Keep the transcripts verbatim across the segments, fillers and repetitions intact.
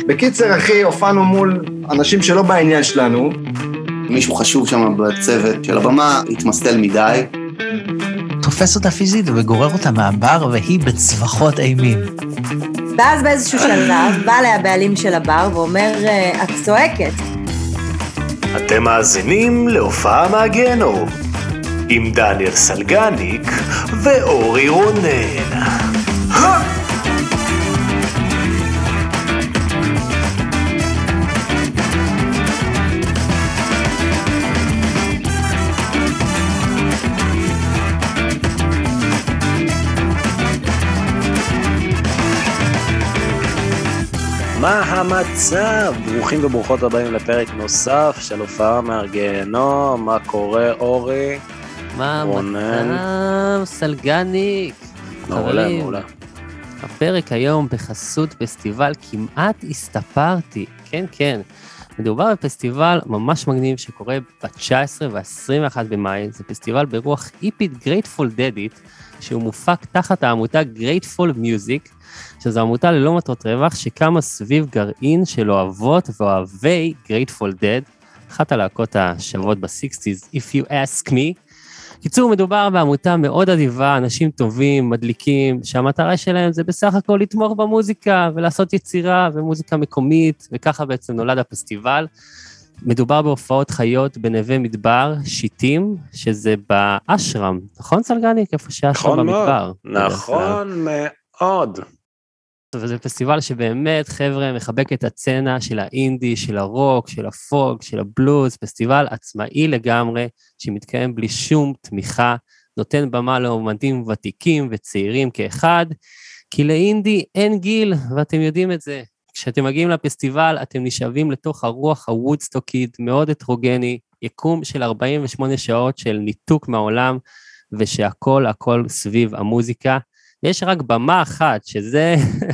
בקיצר, אחי, הופענו מול אנשים שלא בעניין שלנו. מישהו חשוב שם בצוות של הבמה, התמסטל מדי. תופס אותה פיזית וגורר אותה מהבר, והיא בצווחות אימים. ואז באיזשהו שלב, בא לה הבעלים של הבר ואומר, את צועקת. אתם מאזינים להופעה מהגיהנום, עם דניאל סלגניק ואורי רונן. מה המצב? ברוכים וברוכות הבאים לפרק נוסף של הופעה מהגיהנום. מה קורה, אורי? מה המצב? סלגניק. מעולה, מעולה. הפרק היום בחסות פסטיבל כמעט הסתפרתי. כן, כן. מדובר בפסטיבל ממש מגניב שקורה ב-תשע עשרה וה-עשרים ואחד במאי. זה פסטיבל ברוח איפית Grateful Dead, שהוא מופק תחת העמותה Grateful Music, שזו עמותה ללא מטרות רווח שקמה סביב גרעין של אוהבות ואוהבי Grateful Dead, אחת הלהקות השוות ב-שישים, if you ask me. קיצור, מדובר בעמותה מאוד אדיבה, אנשים טובים, מדליקים, שהמטרה שלהם זה בסך הכל לתמוך במוזיקה ולעשות יצירה ומוזיקה מקומית, וככה בעצם נולד הפסטיבל. מדובר בהופעות חיות בנווה מדבר, שיטים, שזה באשרם, נכון סלגניק? איפה שהאשרם במדבר. נכון מאוד. וזה פסטיבל שבאמת, חבר'ה, מחבק את הצנה של האינדי, של הרוק, של הפולק, של הבלוז, פסטיבל עצמאי לגמרי, שמתקיים בלי שום תמיכה, נותן במה לאומנים ותיקים וצעירים כאחד, כי לאינדי אין גיל, ואתם יודעים את זה. כשאתם מגיעים לפסטיבל, אתם נשאבים לתוך הרוח הוודסטוקית, מאוד הטרוגני, יקום של ארבעים ושמונה שעות של ניתוק מהעולם, ושהכל, הכל סביב המוזיקה. יש רק במה אחת, שזה,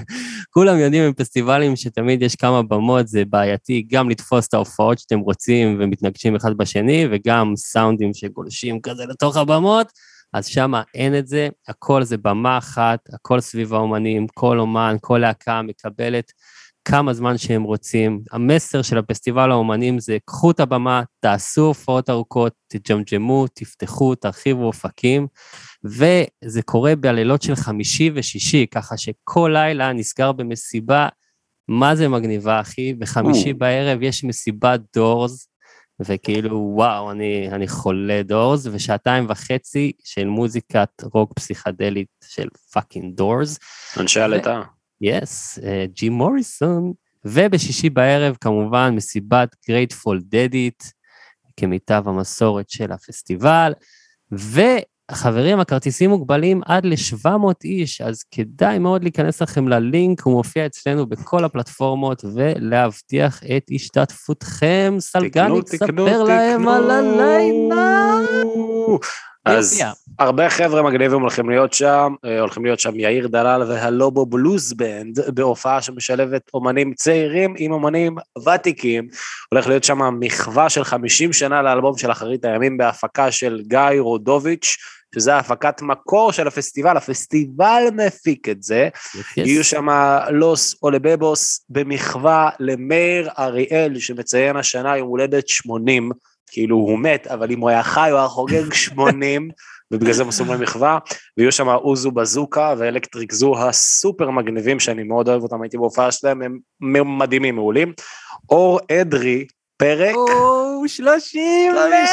כולם יודעים עם פסטיבלים שתמיד יש כמה במות, זה בעייתי, גם לתפוס את ההופעות שאתם רוצים ומתנגשים אחד בשני, וגם סאונדים שגולשים כזה לתוך הבמות, אז שמה אין את זה, הכל זה במה אחת, הכל סביב האומנים, כל אומן, כל להקה מקבלת כמה זמן שהם רוצים. המסר של הפסטיבל האומנים זה, קחו את הבמה, תעשו הופעות ארוכות, תג'מג'מו, תפתחו, תרחיבו אופקים, וזה קורה בלילות של חמישי ושישי, ככה שכל לילה נסגר במסיבה, מה זה מגניבה, אחי? בחמישי בערב יש מסיבת דורס, וכאילו, וואו, אני, אני חולה דורס, ושעתיים וחצי של מוזיקת רוק פסיכדלית של פאקינג דורס. אנשי הלטה. יס, ג'י מוריסון, ובשישי בערב כמובן מסיבת Grateful Dead, כמיטב המסורת של הפסטיבל, וחברים, הכרטיסים מוגבלים עד ל-שבע מאות איש, אז כדאי מאוד להיכנס לכם ללינק, הוא מופיע אצלנו בכל הפלטפורמות, ולהבטיח את השתתפותכם. סלגניק, ספר להם על הלילה. אז הרבה חבר'ה מגניבים הולכים להיות שם, הולכים להיות שם יאיר דלל והלובו בלוז בנד, בהופעה שמשלבת אומנים צעירים עם אומנים ותיקים, הולך להיות שם מחווה של חמישים שנה לאלבום של אחרית הימים, בהפקה של גיא רודוביץ', שזה ההפקת מקור של הפסטיבל, הפסטיבל מפיק את זה, yes, yes. יהיו שם לוס אולבבוס במחווה למאיר אריאל, שמציין השנה יום הולדת שמונים, כאילו הוא מת, אבל אם הוא היה חי, הוא היה חוגג שמונים, ובגלל זה הם עושים להם מחווה, ויהיו שם אוזו בזוקה ואלקטריק זו הסופר מגניבים, שאני מאוד אוהב אותם, הייתי בהופעה שלהם, הם מדהימים, מעולים. אור אדרי, פרק... או, שלושים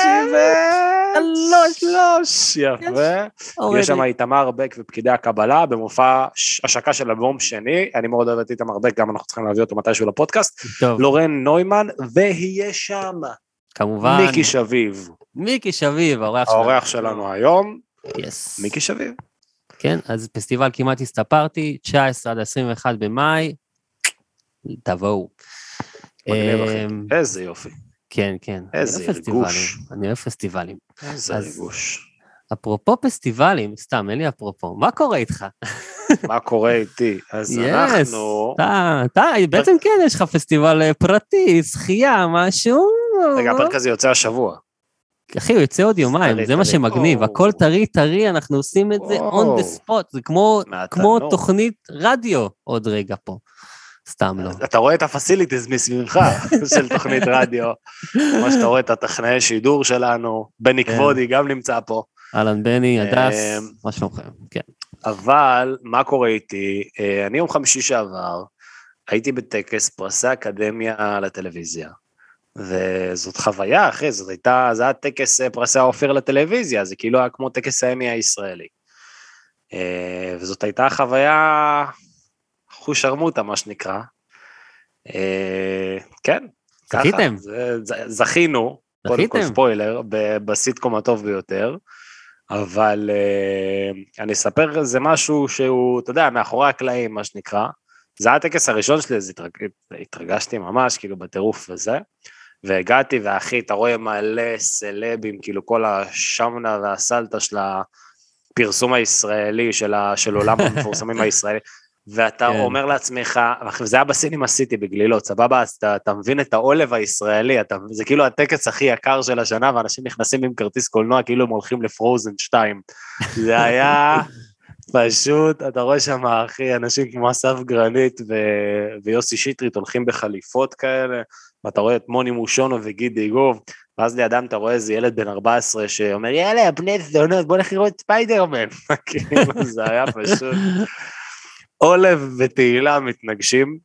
שלוש, שלוש, יפה. יש שם איתמר בק ופקידי הקבלה, במופע השקה של אלבום שני, אני מאוד אוהב את איתמר בק, גם אנחנו צריכים להביא אותו מתישהו לפודקאסט, לורן נוימן, ויהיה שם... כמובן. מיקי שביב. מיקי שביב, האורח שלנו. האורח שלנו היום. יס. מיקי שביב. כן, אז פסטיבל כמעט הסתפרתי, תשע עשרה עד עשרים ואחד במאי, תבואו. מגניב אחי, איזה יופי. כן, כן. איזה רגוש. אני אוהב פסטיבלים. איזה רגוש. אפרופו פסטיבלים, סתם, אין לי אפרופו, מה קורה איתך? מה קורה איתי? אז אנחנו... אתה, בעצם כן, יש לך פסטיבל פרטי, שחייה, משהו... רגע, הפרק הזה יוצא השבוע. אחי, הוא יוצא עוד יומיים, זה מה שמגניב, הכל טרי טרי, אנחנו עושים את זה on the spot, זה כמו תוכנית רדיו עוד רגע פה. סתם לא. אתה רואה את הפסיליטיז מסביבך של תוכנית רדיו, מה שאתה רואה את הטכנאי שידור שלנו, בני כבודי גם נמצא פה. אהלן בני, הדס, מה שלומכם, כן. אבל מה קורה איתי? אני יום חמישי שעבר, הייתי בטקס פרסי אקדמיה לטלוויזיה, וזאת חוויה, אחי, זאת הייתה, זה היה טקס פרסי האופיר לטלוויזיה, זה כאילו היה כמו טקס האמי הישראלי. וזאת הייתה חוויה חוש ארמוטה, מה שנקרא. כן, ככה. זכיתם. זכינו, קודם כל ספוילר, בסיטקום הטוב ביותר, אבל אני אספר, זה משהו שהוא, אתה יודע, מאחורי הקלעים, מה שנקרא, זה היה הטקס הראשון שלי, אז התרגשתי ממש, כאילו, בטירוף וזה, והגעתי, ואחי, אתה רואה מלא סלבים, כאילו, כל השמנה והסלטה של הפרסום הישראלי, של עולם המפורסמים הישראלי, ואתה אומר לעצמך, וזה היה בסינים עשיתי בגלילות, סבבה, אתה מבין את העולב הישראלי, זה כאילו הטקס הכי יקר של השנה, ואנשים נכנסים עם כרטיס קולנוע, כאילו הם הולכים לפרוזן שתיים, זה היה פשוט, אתה רואה שם, אחי, אנשים כמו אסף גרנית ויוסי שטרית הולכים בחליפות כאלה, ואתה רואה את מוני מושונו וגיד דיגוב, ואז לידם אתה רואה איזה ילד בן ארבע עשרה שאומר, יאללה, בני זונות, בוא נלך לראות ספיידרמן, כאילו זה היה פשוט עולב ותהילה מתנגשים,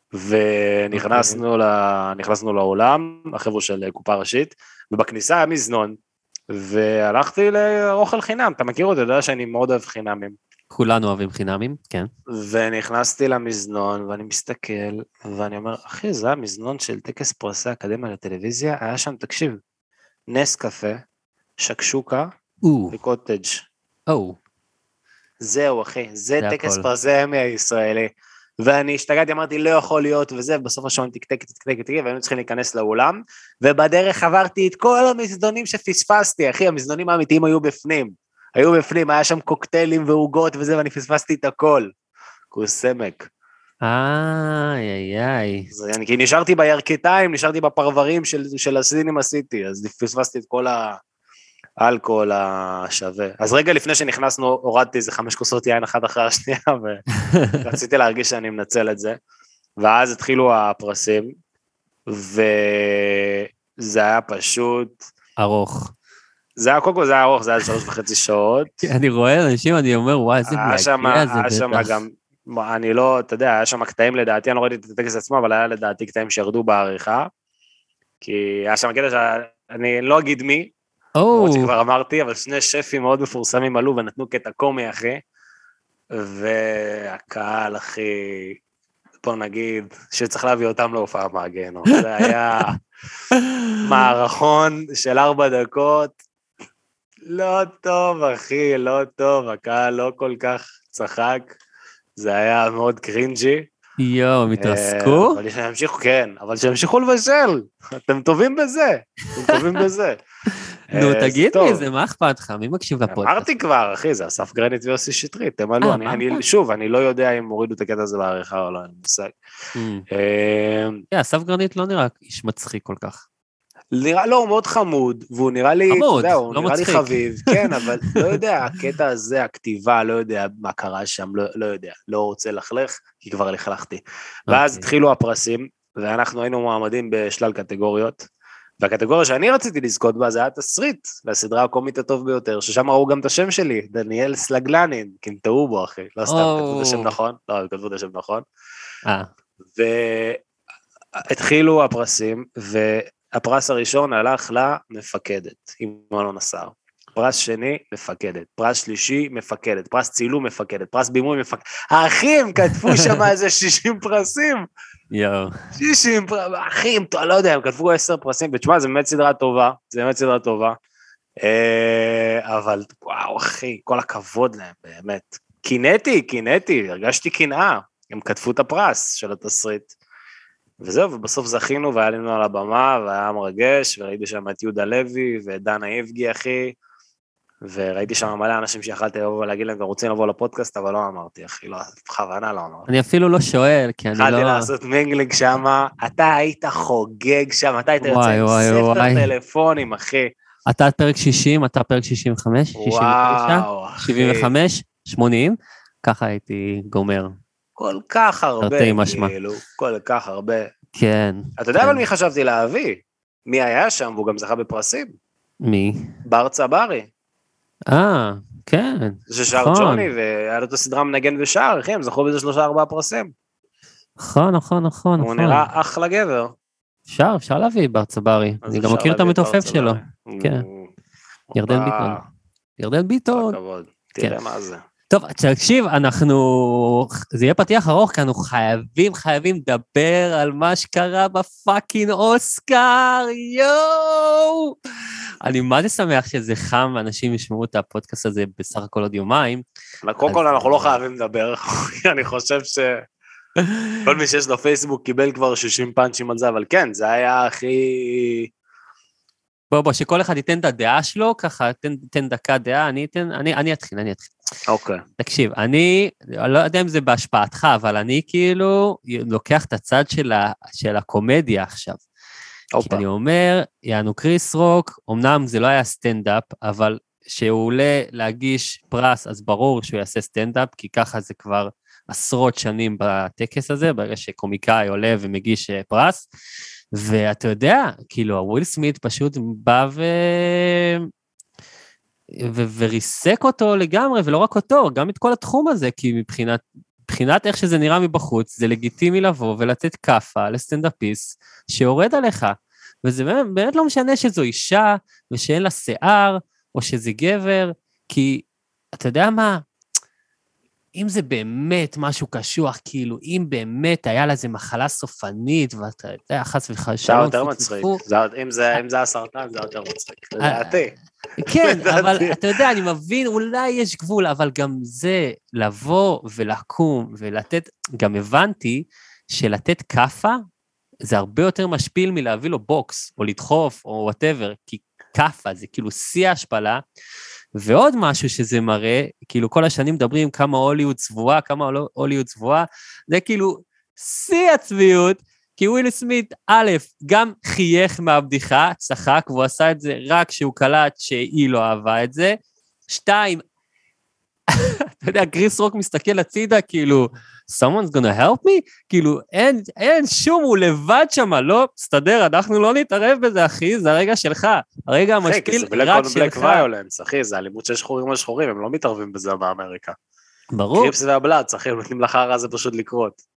ונכנסנו נכנסנו לעולם, החבר'ה של קופה ראשית, ובכניסה היה מזנון, והלכתי לאוכל חינם, אתה מכיר אותי, אתה יודע שאני מאוד אוהב חינמים. כולנו אוהבים חינמים, כן. ונכנסתי למזנון, ואני מסתכל, ואני אומר, אחי, זה המזנון של טקס פרסי אקדמיה לטלוויזיה, היה שם, תקשיב, נס קפה, שקשוקה, וקוטג'. או. זהו, אחי, זה טקס פרסי אמי הישראלי, ואני השתגעתי, אמרתי, לא יכול להיות, וזה, בסוף השעון תקתק, תקתק, תקתק, והיינו צריכים להיכנס לאולם, ובדרך עברתי את כל המזנונים שפספסתי, אחי, המזנונים האמיתיים היו בפנים, היו בפנים, היה שם קוקטיילים ועוגות וזה, ואני פספסתי את הכל, קוסמק. איי, איי, איי. כי נשארתי בירכתיים, נשארתי בפרברים של הסינים עשיתי, אז פספסתי את כל האלכוהול השווה. אז רגע לפני שנכנסנו, הורדתי איזה חמש כוסות יין אחת אחרי השנייה, ורציתי להרגיש שאני מנצל את זה, ואז התחילו הפרסים, וזה היה פשוט ארוך. זה היה, קודם כל זה היה ארוך, זה היה שלוש וחצי שעות. אני רואה אנשים, אני אומר, וואי, איזה מייגע זה בטח. היה שם גם, אני לא, אתה יודע, היה שם קטעים לדעתי, אני לא ראיתי את הטקס עצמו, אבל היה לדעתי קטעים שירדו בעריכה, כי היה שם קטע שאני לא אגיד מי, למרות שכבר אמרתי, אבל שני שפים מאוד מפורסמים עלו, ונתנו קטע קומי, אחי, והקהל, אחי, בוא נגיד, שצריך להביא אותם להופעה מהגיהנום. זה היה מערכון של ארבע דקות, לא טוב, אחי, לא טוב, הקהל לא כל כך צחק, זה היה מאוד קרינג'י. יואו, הם התרסקו? אבל שימשיכו, כן, אבל שימשיכו לבשל, אתם טובים בזה, אתם טובים בזה. נו, תגיד לי, זה מה אכפת לך? מי מקשיב לפודקאסט? אמרתי כבר, אחי, זה אסף גרנית ויוסי שטרית, תמלו, שוב, אני לא יודע אם הורידו את הקטע הזה בעריכה או לא, אני מושג. אסף גרנית לא נראה איש מצחיק כל כך. נראה, לא, הוא מאוד חמוד, והוא נראה לי, חמוד, הוא לא נראה לי מצחיק. חביב, כן, אבל לא יודע, הקטע הזה, הכתיבה, לא יודע מה קרה שם, לא, לא יודע, לא רוצה לחלך, כי כבר לכלכתי. ואז התחילו הפרסים, ואנחנו היינו מועמדים בשלל קטגוריות, והקטגוריה שאני רציתי לזכות בה, זה היה תסריט, לסדרה הקומית הטוב ביותר, ששם ראו גם את השם שלי, דניאל סלגלנין, כי הם טעו בו, אחי, לא סתם, כתבו את השם נכון, לא, כתבו את השם נכון. והתחילו הפרסים, והפרס הראשון הלך למפקדת, עם אלון השר. פרס שני, מפקדת. פרס שלישי, מפקדת. פרס צילום, מפקדת. פרס בימוי, מפקדת. האחים כתבו שם איזה שישים פרסים. יואו. שישים פרסים, אחים, לא יודע, הם כתבו עשר פרסים, ותשמע, זה באמת סדרה טובה, זה באמת סדרה טובה. אבל, וואו, אחי, כל הכבוד להם, באמת. קינאתי, קינאתי, הרגשתי קנאה. הם כתבו את הפרס של התסריט. וזהו, ובסוף זכינו, והיה לנו על הבמה, והיה מרגש, וראיתי שם את יהודה לוי, ודנה איבגי, אחי, וראיתי שם מלא אנשים שיכלתי לבוא ולהגיד להם, ורוצים לבוא לפודקאסט, אבל לא אמרתי, אחי, לא, בכוונה לא אמרתי. אני אפילו לא שואל, כי אני לא... התחלתי לעשות מינגלינג שם, אתה היית חוגג שם, אתה היית יוצא עם ספר טלפונים, אחי. אתה פרק שישים, אתה פרק שישים וחמש, שישים ותשע, שבעים וחמש, שמונים, ככה הייתי גומר. כל כך הרבה, תרתי משמע. כאילו, כל כך הרבה. כן. אתה יודע כן. אבל מי חשבתי להביא? מי היה שם, והוא גם זכה בפרסים? מי? בר צברי. אה, כן. ששר נכון. ג'וני, והיה לו את הסדרה מנגן ושער, אחי, הם זכו בזה שלושה ארבעה פרסים. נכון, נכון, נכון. הוא נכון. נראה אחלה גבר. אפשר, אפשר להביא בר צברי. אז אני גם אפשר מכיר את להביא את המתופף בר שלו. צברי. כן. הוא- ירדן הוא ביטון. בא- ירדן ביטון. כבוד. כן. תראה מה זה. טוב, תקשיב, אנחנו... זה יהיה פתיח ארוך, כי אנחנו חייבים, חייבים לדבר על מה שקרה בפאקינג אוסקר, יואו! אני מה זה שמח שזה חם, ואנשים ישמעו את הפודקאסט הזה בסך הכל עוד יומיים. קודם כל אנחנו לא חייבים לדבר, אני חושב ש... כל מי שיש לו פייסבוק קיבל כבר שישים פאנצ'ים על זה, אבל כן, זה היה הכי... בוא, בוא, שכל אחד ייתן את הדעה שלו, ככה, תן, תן דקה דעה, אני אתן, אני, אני אתחיל, אני אתחיל. אוקיי. תקשיב, אני, לא יודע אם זה בהשפעתך, אבל אני כאילו לוקח את הצד של, ה, של הקומדיה עכשיו. אופה. כי אני אומר, יענו קריס רוק, אמנם זה לא היה סטנדאפ, אבל שהוא עולה להגיש פרס, אז ברור שהוא יעשה סטנדאפ, כי ככה זה כבר עשרות שנים בטקס הזה, ברגע שקומיקאי עולה ומגיש פרס, ואתה יודע, כאילו, וויל סמית פשוט בא ו... ו... וריסק אותו לגמרי, ולא רק אותו, גם את כל התחום הזה, כי מבחינת, מבחינת איך שזה נראה מבחוץ, זה לגיטימי לבוא ולתת קפה לסטנדאפיסט שיורד עליך, וזה באמת, באמת לא משנה שזו אישה, ושאין לה שיער, או שזה גבר, כי אתה יודע מה, אם זה באמת משהו קשוח, כאילו, אם באמת היה לה איזה מחלה סופנית, ואתה יודע, חס וחלילה, זה יותר מצחיק, אם זה הסרטן, זה יותר מצחיק, לדעתי. כן, אבל אתה יודע, אני מבין, אולי יש גבול, אבל גם זה, לבוא ולקום ולתת, גם הבנתי שלתת קפה, זה הרבה יותר משפיל מלהביא לו בוקס, או לדחוף, או whatever, כי קפה זה כאילו שיא ההשפלה, ועוד משהו שזה מראה, כאילו כל השנים מדברים כמה הוליווד צבועה, כמה הוליווד צבועה, זה כאילו שיא הצביעות, כי וויל סמית, א', גם חייך מהבדיחה, צחק, והוא עשה את זה רק כשהוא קלט שהיא לא אהבה את זה, שתיים, אתה יודע, קריס רוק מסתכל הצידה, כאילו, someone's gonna help me? כאילו, אין, אין שום, הוא לבד שמה, לא, סתדר, אנחנו לא נתערב בזה, אחי, זה הרגע שלך, הרגע המשפיל רק שלך. בלק ויולנס, אחי, זה אלימות של שחורים על שחורים, הם לא מתערבים בזה באמריקה. ברור. קריפס והבלד, אחי, נותנים לחרא הזה פשוט לקרות.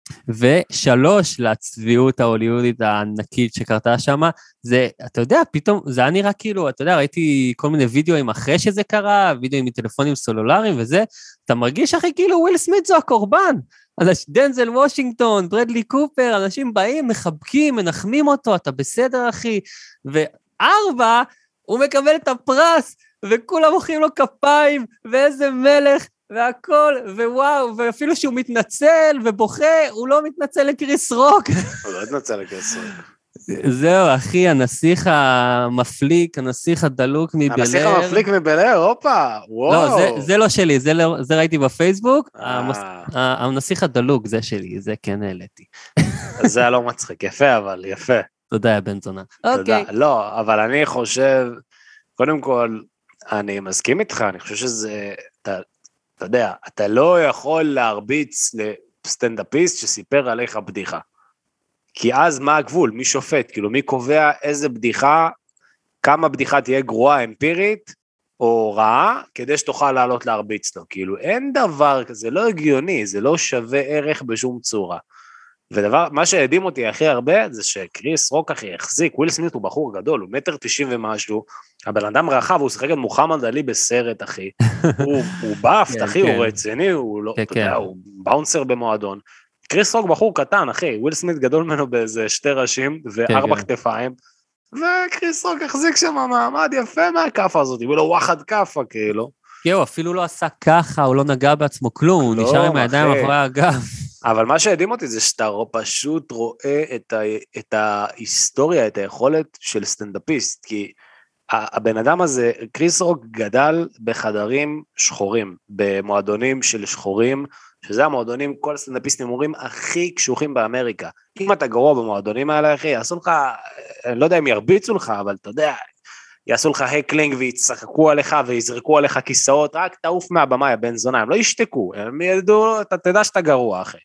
ושלוש, לצביעות ההוליודית הענקית שקרתה שמה, זה, אתה יודע, פתאום, זה היה נראה כאילו, אתה יודע, ראיתי כל מיני וידאוים אחרי שזה קרה, וידאוים מטלפונים סלולריים וזה, אתה מרגיש, אחי, כאילו וויל סמית זו הקורבן, דנזל וושינגטון, ברדלי קופר, אנשים באים, מחבקים, מנחמים אותו, אתה בסדר, אחי, וארבע, הוא מקבל את הפרס, וכולם מוחאים לו כפיים, ואיזה מלך, והכל, ווואו, ואפילו שהוא מתנצל ובוכה, הוא לא מתנצל לקריס רוק. הוא לא מתנצל לקריס רוק. זהו, אחי, הנסיך המפליק, הנסיך הדלוק מבלר. הנסיך המפליק מבלר, הופה, וואו. לא, זה, זה לא שלי, זה, לא, זה ראיתי בפייסבוק, המס, הנסיך הדלוק, זה שלי, זה כן העליתי. זה היה לא מצחיק, יפה אבל, יפה. תודה, יא בן זונה. אוקיי. לא, אבל אני חושב, קודם כל, אני מסכים איתך, אני חושב שזה, אתה, אתה יודע, אתה לא יכול להרביץ לסטנדאפיסט שסיפר עליך בדיחה. כי אז מה הגבול? מי שופט? כאילו, מי קובע איזה בדיחה, כמה בדיחה תהיה גרועה אמפירית, או רעה, כדי שתוכל לעלות להרביץ לו. כאילו, אין דבר כזה, לא הגיוני, זה לא שווה ערך בשום צורה. ודבר, מה שהדהים אותי הכי הרבה, זה שקריס רוק אחי החזיק, וויל סמית הוא בחור גדול, הוא מטר תשעים ומשהו, הבן אדם רחב, הוא שחק את מוחמד עלי בסרט, אחי, הוא, הוא באפט, אחי, הוא רציני, הוא לא, אתה יודע, הוא באונסר במועדון, קריס רוק בחור קטן, אחי, וויל סמית גדול ממנו באיזה שתי ראשים, וארבע כתפיים, וקריס רוק החזיק שם מעמד יפה מהקפה הזאת, הוא לא וואחד קפה, כאילו. כן, הוא אפילו לא עשה ככה, הוא לא נגע בעצמו כלום, הוא נשאר עם הידיים אחרי הגב. אבל מה שהדהים אותי זה שאתה פשוט רואה את, ה, את ההיסטוריה, את היכולת של סטנדאפיסט, כי הבן אדם הזה, קריס רוק גדל בחדרים שחורים, במועדונים של שחורים, שזה המועדונים, כל הסטנדאפיסטים אומרים, הכי קשוחים באמריקה. אם אתה גרוע במועדונים האלה, אחי, יעשו לך, אני לא יודע אם ירביצו לך, אבל אתה יודע, יעשו לך הקלינג ויצחקו עליך ויזרקו עליך כיסאות, רק תעוף מהבמה, יא בן זונה, הם לא ישתקו, הם ידעו, אתה תדע שאתה גרוע, אחי.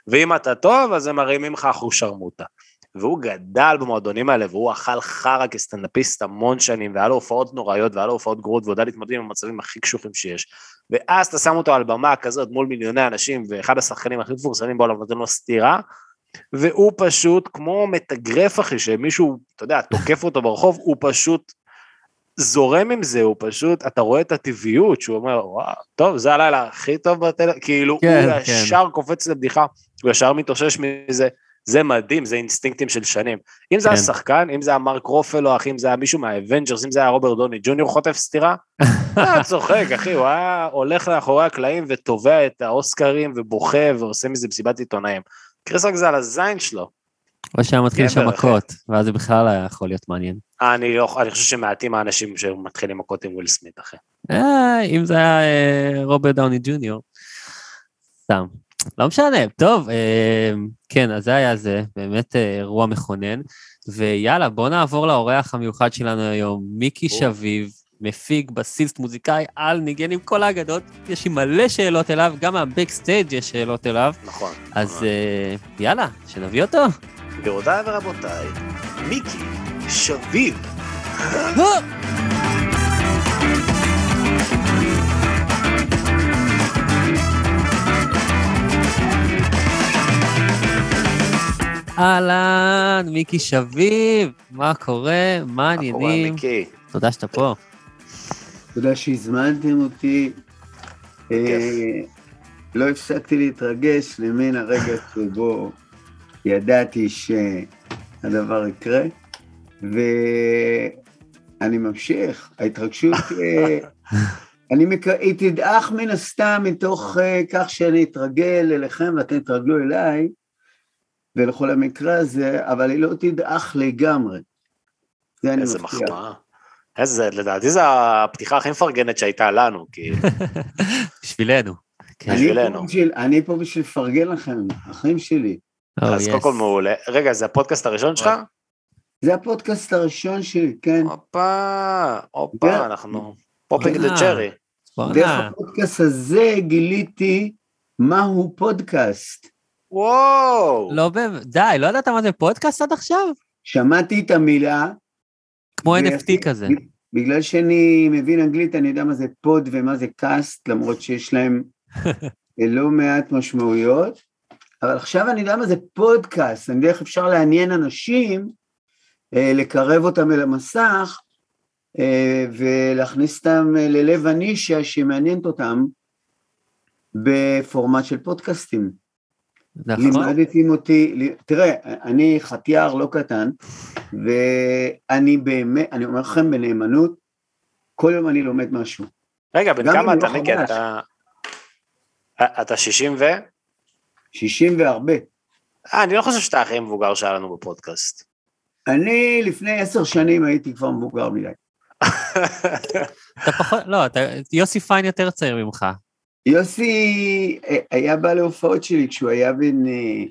ואם אתה טוב, אז הם מרימים לך אחוז שרמוטה. והוא גדל במועדונים האלה, והוא אכל חרא כסטנדאפיסט המון שנים, והיה לו הופעות נוראיות, והיה לו הופעות גרועות, והוא יודע להתמודד עם המצבים הכי קשוחים שיש. ואז אתה שם אותו על במה כזאת מול מיליוני אנשים, ואחד השחקנים הכי מפורסמים בעולם נותן לו סתירה, והוא פשוט כמו מתגרף אחי, שמישהו, אתה יודע, תוקף אותו ברחוב, הוא פשוט זורם עם זה, הוא פשוט, אתה רואה את הטבעיות, שהוא אומר, וואו, טוב, זה הלילה הכי טוב בטלוויזיה, כאילו כן, הוא כן. ישר קופץ לבדיחה, הוא ישר מתאושש מזה, זה מדהים, זה אינסטינקטים של שנים. אם זה כן. השחקן, אם זה היה מרק רופלו, אחי, אם זה היה מישהו מהאבנג'רס, אם זה היה רוברט דוני ג'וניור חוטף סטירה, הוא צוחק, אחי, הוא היה הולך לאחורי הקלעים ותובע את האוסקרים ובוכה ועושה מזה מסיבת עיתונאים. קריס רק זה על הזין שלו. או שהיה מתחיל שם גבר, מכות, ואז זה בכלל היה יכול להיות מעניין. אני לא, אני חושב שמעטים האנשים שמתחילים מכות עם וויל סמית, אחי. אה, אם זה היה אה, רוברט דאוני ג'וניור. סתם. לא משנה, טוב, אה, כן, אז זה היה זה, באמת אה, אירוע מכונן, ויאללה, בוא נעבור לאורח המיוחד שלנו היום, מיקי שביב, מפיק, בסיסט, מוזיקאי, על ניגן עם כל האגדות, יש לי מלא שאלות אליו, גם מהבקסטייג' יש שאלות אליו, נכון. אז אה, יאללה, שנביא אותו. גבירותיי ורבותיי, מיקי שביב. אהלן, מיקי שביב, מה קורה? מה העניינים? מיקי? תודה שאתה פה. תודה שהזמנתם אותי. לא הפסקתי להתרגש למן הרגע שבו ידעתי שהדבר יקרה, ואני ממשיך. ההתרגשות, היא תדעך מן הסתם מתוך כך שאני אתרגל אליכם ואתם תרגלו אליי, ולכל המקרה הזה, אבל היא לא תדעך לגמרי. זה אני איזה מבטיח. מחמאה. איזה, לדעתי זה הפתיחה הכי מפרגנת שהייתה לנו, כי... בשבילנו. בשבילנו. אני פה בשביל לפרגן לכם, אחים שלי. אז קודם כל מעולה. רגע, זה הפודקאסט הראשון שלך? זה הפודקאסט הראשון שלי, כן. הופה, הופה, אנחנו פופינג דה צ'רי. דרך הפודקאסט הזה גיליתי מהו פודקאסט. וואו. לא, די, לא ידעת מה זה פודקאסט עד עכשיו? שמעתי את המילה. כמו אן אף טי כזה. בגלל שאני מבין אנגלית, אני יודע מה זה פוד ומה זה קאסט, למרות שיש להם לא מעט משמעויות, אבל עכשיו אני יודע מה זה פודקאסט, אני יודע איך אפשר לעניין אנשים, לקרב אותם אל המסך, ולהכניס אותם ללב הנישה שמעניינת אותם, בפורמט של פודקאסטים. נכון. לימדתי אותי, תראה, אני חתיאר לא קטן, ואני באמת, אני אומר לכם בנאמנות, כל יום אני לומד משהו. רגע, בן כמה אתה מיקי, אתה... אתה שישים ו? שישים והרבה. אה, אני לא חושב שאתה הכי מבוגר שהיה לנו בפודקאסט. אני לפני עשר שנים הייתי כבר מבוגר מדי. אתה פחות, לא, יוסי פיין יותר צעיר ממך. יוסי היה בא להופעות שלי כשהוא היה בין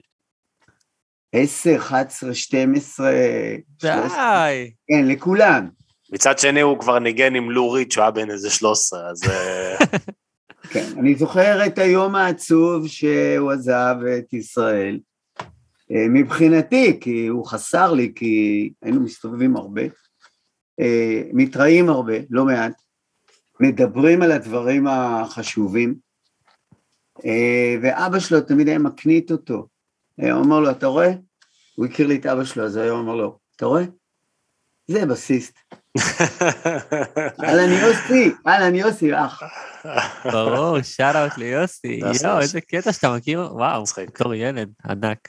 עשר, אחת עשרה, שתים עשרה, די. כן, לכולם. מצד שני הוא כבר ניגן עם לורית שהוא היה בין איזה שלוש עשרה, אז... כן, אני זוכר את היום העצוב שהוא עזב את ישראל, מבחינתי, כי הוא חסר לי, כי היינו מסתובבים הרבה, מתראים הרבה, לא מעט, מדברים על הדברים החשובים, ואבא שלו תמיד היה מקנית אותו, הוא אומר לו, אתה רואה? הוא הכיר לי את אבא שלו, אז הוא אומר לו, אתה רואה? זה בסיסט. אהלן יוסי, אהלן יוסי, אח. ברור, שאט-אוט ליוסי, יואו, איזה קטע שאתה מכיר, וואו, בתור ילד, ענק.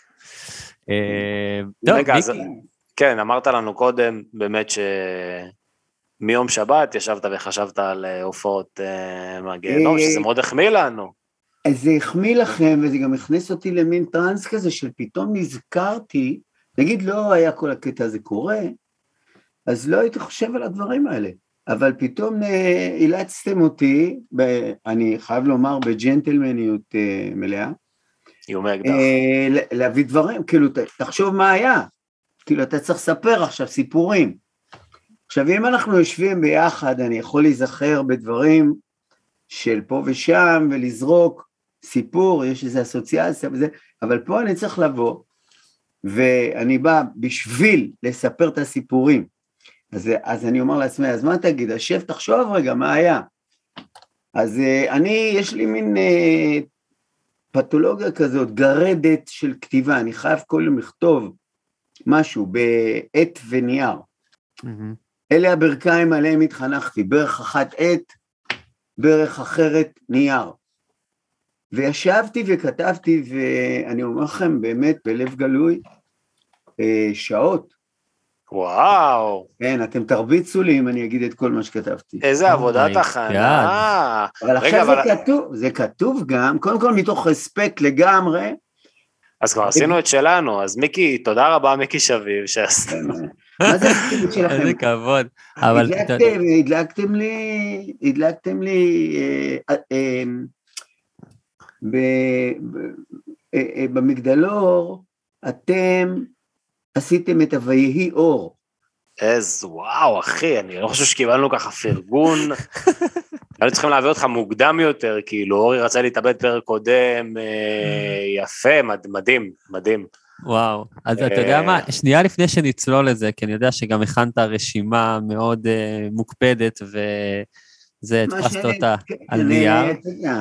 רגע, אז כן, אמרת לנו קודם, באמת ש... מיום שבת ישבת וחשבת על הופעות מהגיהנום, שזה מאוד החמיא לנו. אז זה החמיא לכם, וזה גם הכניס אותי למין טרנס כזה, של פתאום נזכרתי, נגיד לא היה כל הקטע הזה קורה, אז לא הייתי חושב על הדברים האלה, אבל פתאום אילצתם אותי, אני חייב לומר בג'נטלמניות מלאה, להביא דברים, כאילו תחשוב מה היה, כאילו אתה צריך לספר עכשיו סיפורים, עכשיו אם אנחנו יושבים ביחד, אני יכול להיזכר בדברים של פה ושם ולזרוק, סיפור, יש איזו אסוציאציה וזה, אבל פה אני צריך לבוא, ואני בא בשביל לספר את הסיפורים, אז, אז אני אומר לעצמי, אז מה תגיד, השב תחשוב רגע, מה היה? אז אני, יש לי מין אה, פתולוגיה כזאת, גרדת של כתיבה, אני חייב כל יום לכתוב משהו בעט ונייר. Mm-hmm. אלה הברכיים עליהם התחנכתי, ברך אחת עט, ברך אחרת נייר. וישבתי וכתבתי, ואני אומר לכם באמת בלב גלוי, אה, שעות. וואו. כן, אתם תרביצו לי אם אני אגיד את כל מה שכתבתי. איזה עבודת הכנה. אבל עכשיו זה כתוב, זה כתוב גם, קודם כל מתוך רספקט לגמרי. אז כבר עשינו את שלנו, אז מיקי, תודה רבה מיקי שביב, שעשת. מה זה הספיק שלכם? איזה כבוד. הדלקתם לי, הדלקתם לי, במגדלור, אתם עשיתם את הויהי אור. איזה וואו, אחי, אני לא חושב שקיבלנו ככה פרגון. היינו צריכים להביא אותך מוקדם יותר, כאילו, אורי רצה להתאבד פרק קודם, יפה, מדהים, מדהים. וואו, אז אתה יודע מה, שנייה לפני שנצלול לזה, כי אני יודע שגם הכנת רשימה מאוד מוקפדת, וזה, הדפסת אותה על נייר.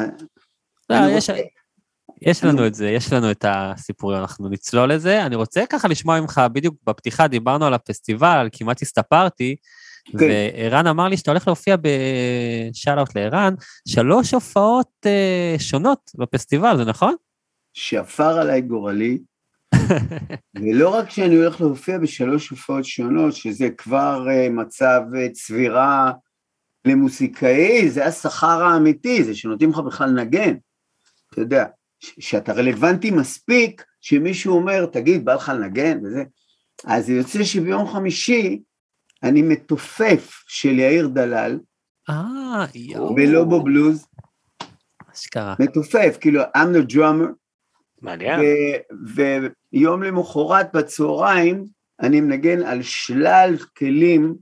יש לנו את זה, יש לנו את הסיפורים, אנחנו נצלול לזה. אני רוצה ככה לשמוע ממך, בדיוק בפתיחה דיברנו על הפסטיבל, כמעט הסתפרתי, וערן אמר לי שאתה הולך להופיע בשאלאוט לערן, שלוש הופעות שונות בפסטיבל, זה נכון? שפר עליי גורלי, ולא רק שאני הולך להופיע בשלוש הופעות שונות, שזה כבר מצב צבירה למוסיקאי, זה השכר האמיתי, זה שנותנים לך בכלל נגן, אתה יודע, שאתה רלוונטי מספיק, שמישהו אומר, תגיד, בא לך לנגן, וזה, אז זה יוצא שביום חמישי, אני מתופף של יאיר דלל, אה, יואו. בלובו בלוז, אשכרה. מתופף, כאילו, I'm the drummer, מעניין. ויום למחרת בצהריים, אני מנגן על שלל כלים,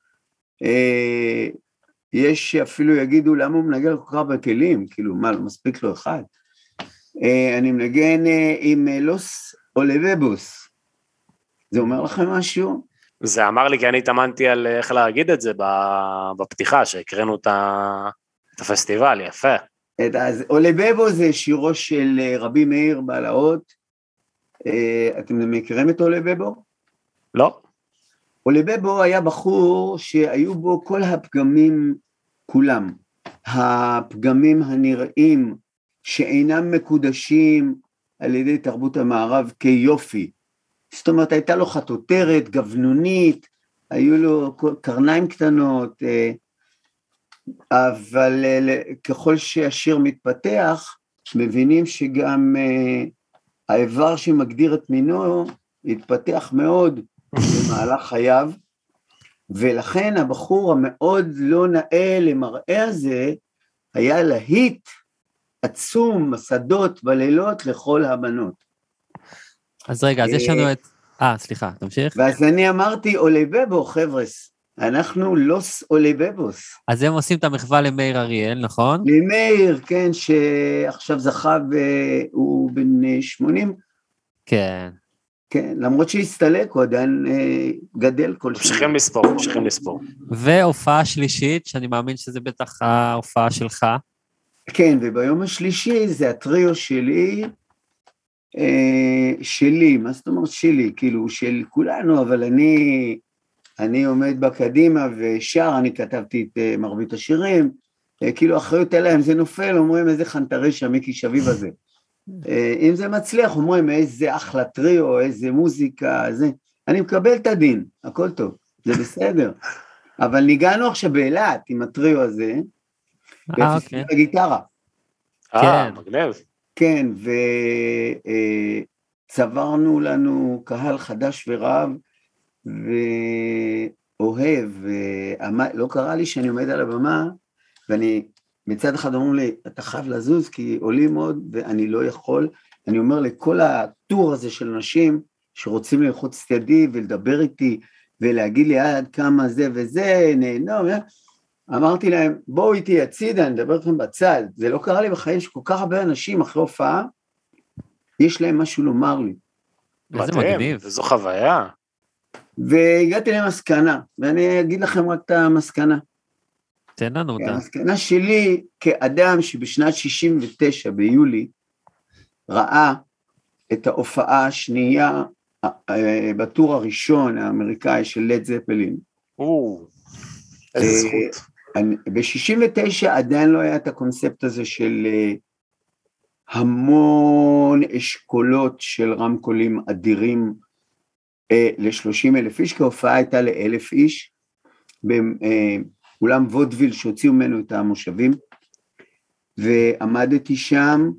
יש אפילו יגידו, למה הוא מנגן כל כך הרבה כלים, כאילו, מה, לא מספיק לו אחד. אני מנגן עם לוס אולבבוס, זה אומר לכם משהו? זה אמר לי, כי אני התאמנתי על איך להגיד את זה בפתיחה, שהקראנו את הפסטיבל, יפה. אז אולבבו זה שירו של רבי מאיר בעל האות, אתם מכירים את אולבבו? לא. אולבבו היה בחור שהיו בו כל הפגמים כולם, הפגמים הנראים שאינם מקודשים על ידי תרבות המערב כיופי, זאת אומרת הייתה לו חטוטרת, גבנונית, היו לו קרניים קטנות, אבל ככל שהשיר מתפתח, מבינים שגם האיבר שמגדיר את מינו, התפתח מאוד במהלך חייו, ולכן הבחור המאוד לא נאה למראה הזה, היה להיט עצום, מסעדות בלילות לכל הבנות. אז רגע, אז יש לנו את... אה, סליחה, תמשיך. ואז אני אמרתי, אולבבו, חבר'ס, אנחנו לוס אולבבוס. אז הם עושים את המחווה למאיר אריאל, נכון? למאיר, כן, שעכשיו זכה, הוא בן שמונים. כן. כן, למרות שהסתלק, הוא עדיין גדל כל שנה. ממשיכים לספור, ממשיכים לספור. והופעה שלישית, שאני מאמין שזה בטח ההופעה שלך. כן, וביום השלישי זה הטריו שלי, שלי, מה זאת אומרת שלי? כאילו, של כולנו, אבל אני, אני עומד בקדימה ושר, אני כתבתי את מרבית השירים, כאילו אחריות אליהם זה נופל, אומרים איזה חנטרי שמיקי שביב הזה. אם זה מצליח, אומרים איזה אחלה טריו, איזה מוזיקה, זה, אני מקבל את הדין, הכל טוב, זה בסדר. אבל ניגענו עכשיו באילת עם הטריו הזה, בפסטיבל הגיטרה. אה, מגניב. כן, וצברנו לנו קהל חדש ורב, ואוהב, לא קרה לי שאני עומד על הבמה, ואני מצד אחד אומרים לי, אתה חייב לזוז, כי עולים עוד, ואני לא יכול, אני אומר לכל הטור הזה של אנשים, שרוצים ללחוץ את ידי, ולדבר איתי, ולהגיד לי עד כמה זה וזה, נהנה, אמרתי להם, בואו איתי הצידה, אני אדבר לכם בצד, זה לא קרה לי בחיים שכל כך הרבה אנשים אחרי הופעה, יש להם משהו לומר לי. איזה מגניב. וזו חוויה. והגעתי למסקנה, ואני אגיד לכם רק את המסקנה. תן לנו אותה. המסקנה שלי, כאדם שבשנת שישים ותשע ביולי, ראה את ההופעה השנייה, בטור הראשון האמריקאי של לד זפלין. או, איזה זכות. ב-שישים ותשע עדיין לא היה את הקונספט הזה של המון אשכולות של רמקולים אדירים ל-שלושים אלף איש, כי ההופעה הייתה ל-אלף איש, באולם וודוויל שהוציאו ממנו את המושבים, ועמדתי שם,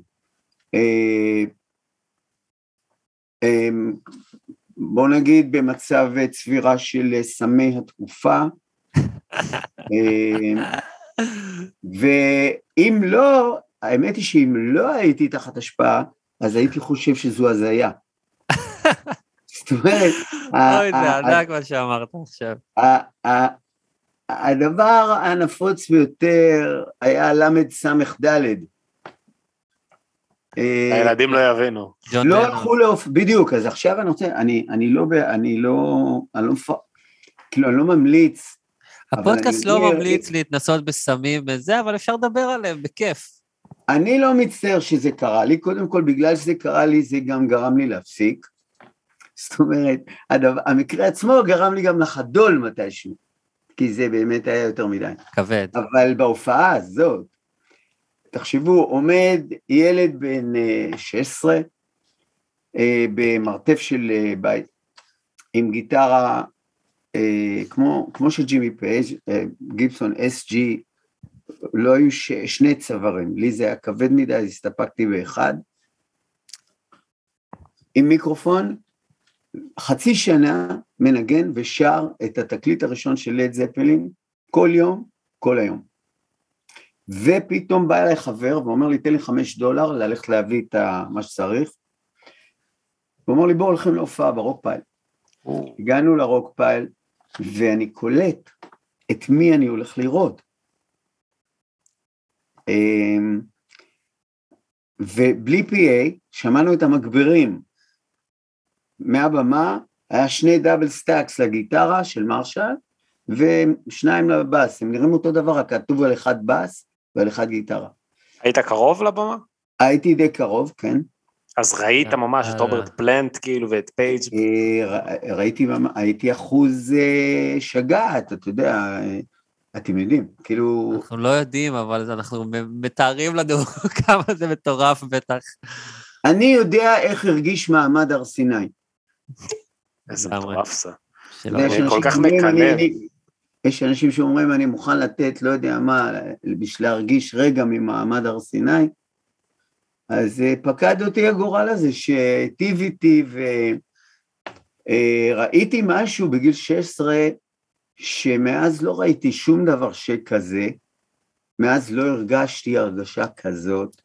בוא נגיד במצב צבירה של סמי התקופה, ואם לא, האמת היא שאם לא הייתי תחת השפעה, אז הייתי חושב שזו הזיה. זאת אומרת, אוי, זה ענק מה שאמרת עכשיו. הדבר הנפוץ ביותר היה למד סמך דלת. הילדים לא יבינו. לא הלכו לאופ... בדיוק, אז עכשיו אני רוצה, אני לא, אני לא, כאילו, אני לא ממליץ. הפודקאסט לא ממליץ להתנסות בסמים וזה, אבל אפשר לדבר עליהם בכיף. אני לא מצטער שזה קרה לי, קודם כל בגלל שזה קרה לי, זה גם גרם לי להפסיק. זאת אומרת, המקרה עצמו גרם לי גם לחדול מתישהו, כי זה באמת היה יותר מדי. כבד. אבל בהופעה הזאת, תחשבו, עומד ילד בן שש עשרה, במרתף של בית, עם גיטרה, כמו, כמו שג'ימי פייג', גיבסון אס ג'י, לא היו ש, שני צווארים, לי זה היה כבד מדי, אז הסתפקתי באחד, עם מיקרופון, חצי שנה מנגן ושר את התקליט הראשון של לד זפלין, כל יום, כל היום. ופתאום בא אליי חבר, ואומר לי, תן לי חמש דולר, ללכת להביא את מה שצריך, ואומר לי, בואו הולכים להופעה ברוק פייל. הגענו לרוק פייל, ואני קולט את מי אני הולך לראות. ובלי פי איי, שמענו את המגבירים, מהבמה, היה שני דאבל סטאקס לגיטרה של מרשל, ושניים לבאס, הם נראים אותו דבר, רק כתוב על אחד באס, ועל אחד גיטרה. היית קרוב לבמה? הייתי די קרוב, כן. אז ראית ממש את רוברט פלנט, כאילו, ואת פייג'? ראיתי, הייתי אחוז שגעת, אתה יודע, אתם יודעים, כאילו... אנחנו לא יודעים, אבל אנחנו מתארים לנו כמה זה מטורף, בטח. אני יודע איך הרגיש מעמד הר סיני. איזה מטורף זה. כל כך מקנב. יש אנשים שאומרים, אני מוכן לתת, לא יודע מה, בשביל להרגיש רגע ממעמד הר סיני, אז פקד אותי הגורל הזה, שטיב איתי, וראיתי משהו בגיל שש עשרה, שמאז לא ראיתי שום דבר שכזה, מאז לא הרגשתי הרגשה כזאת,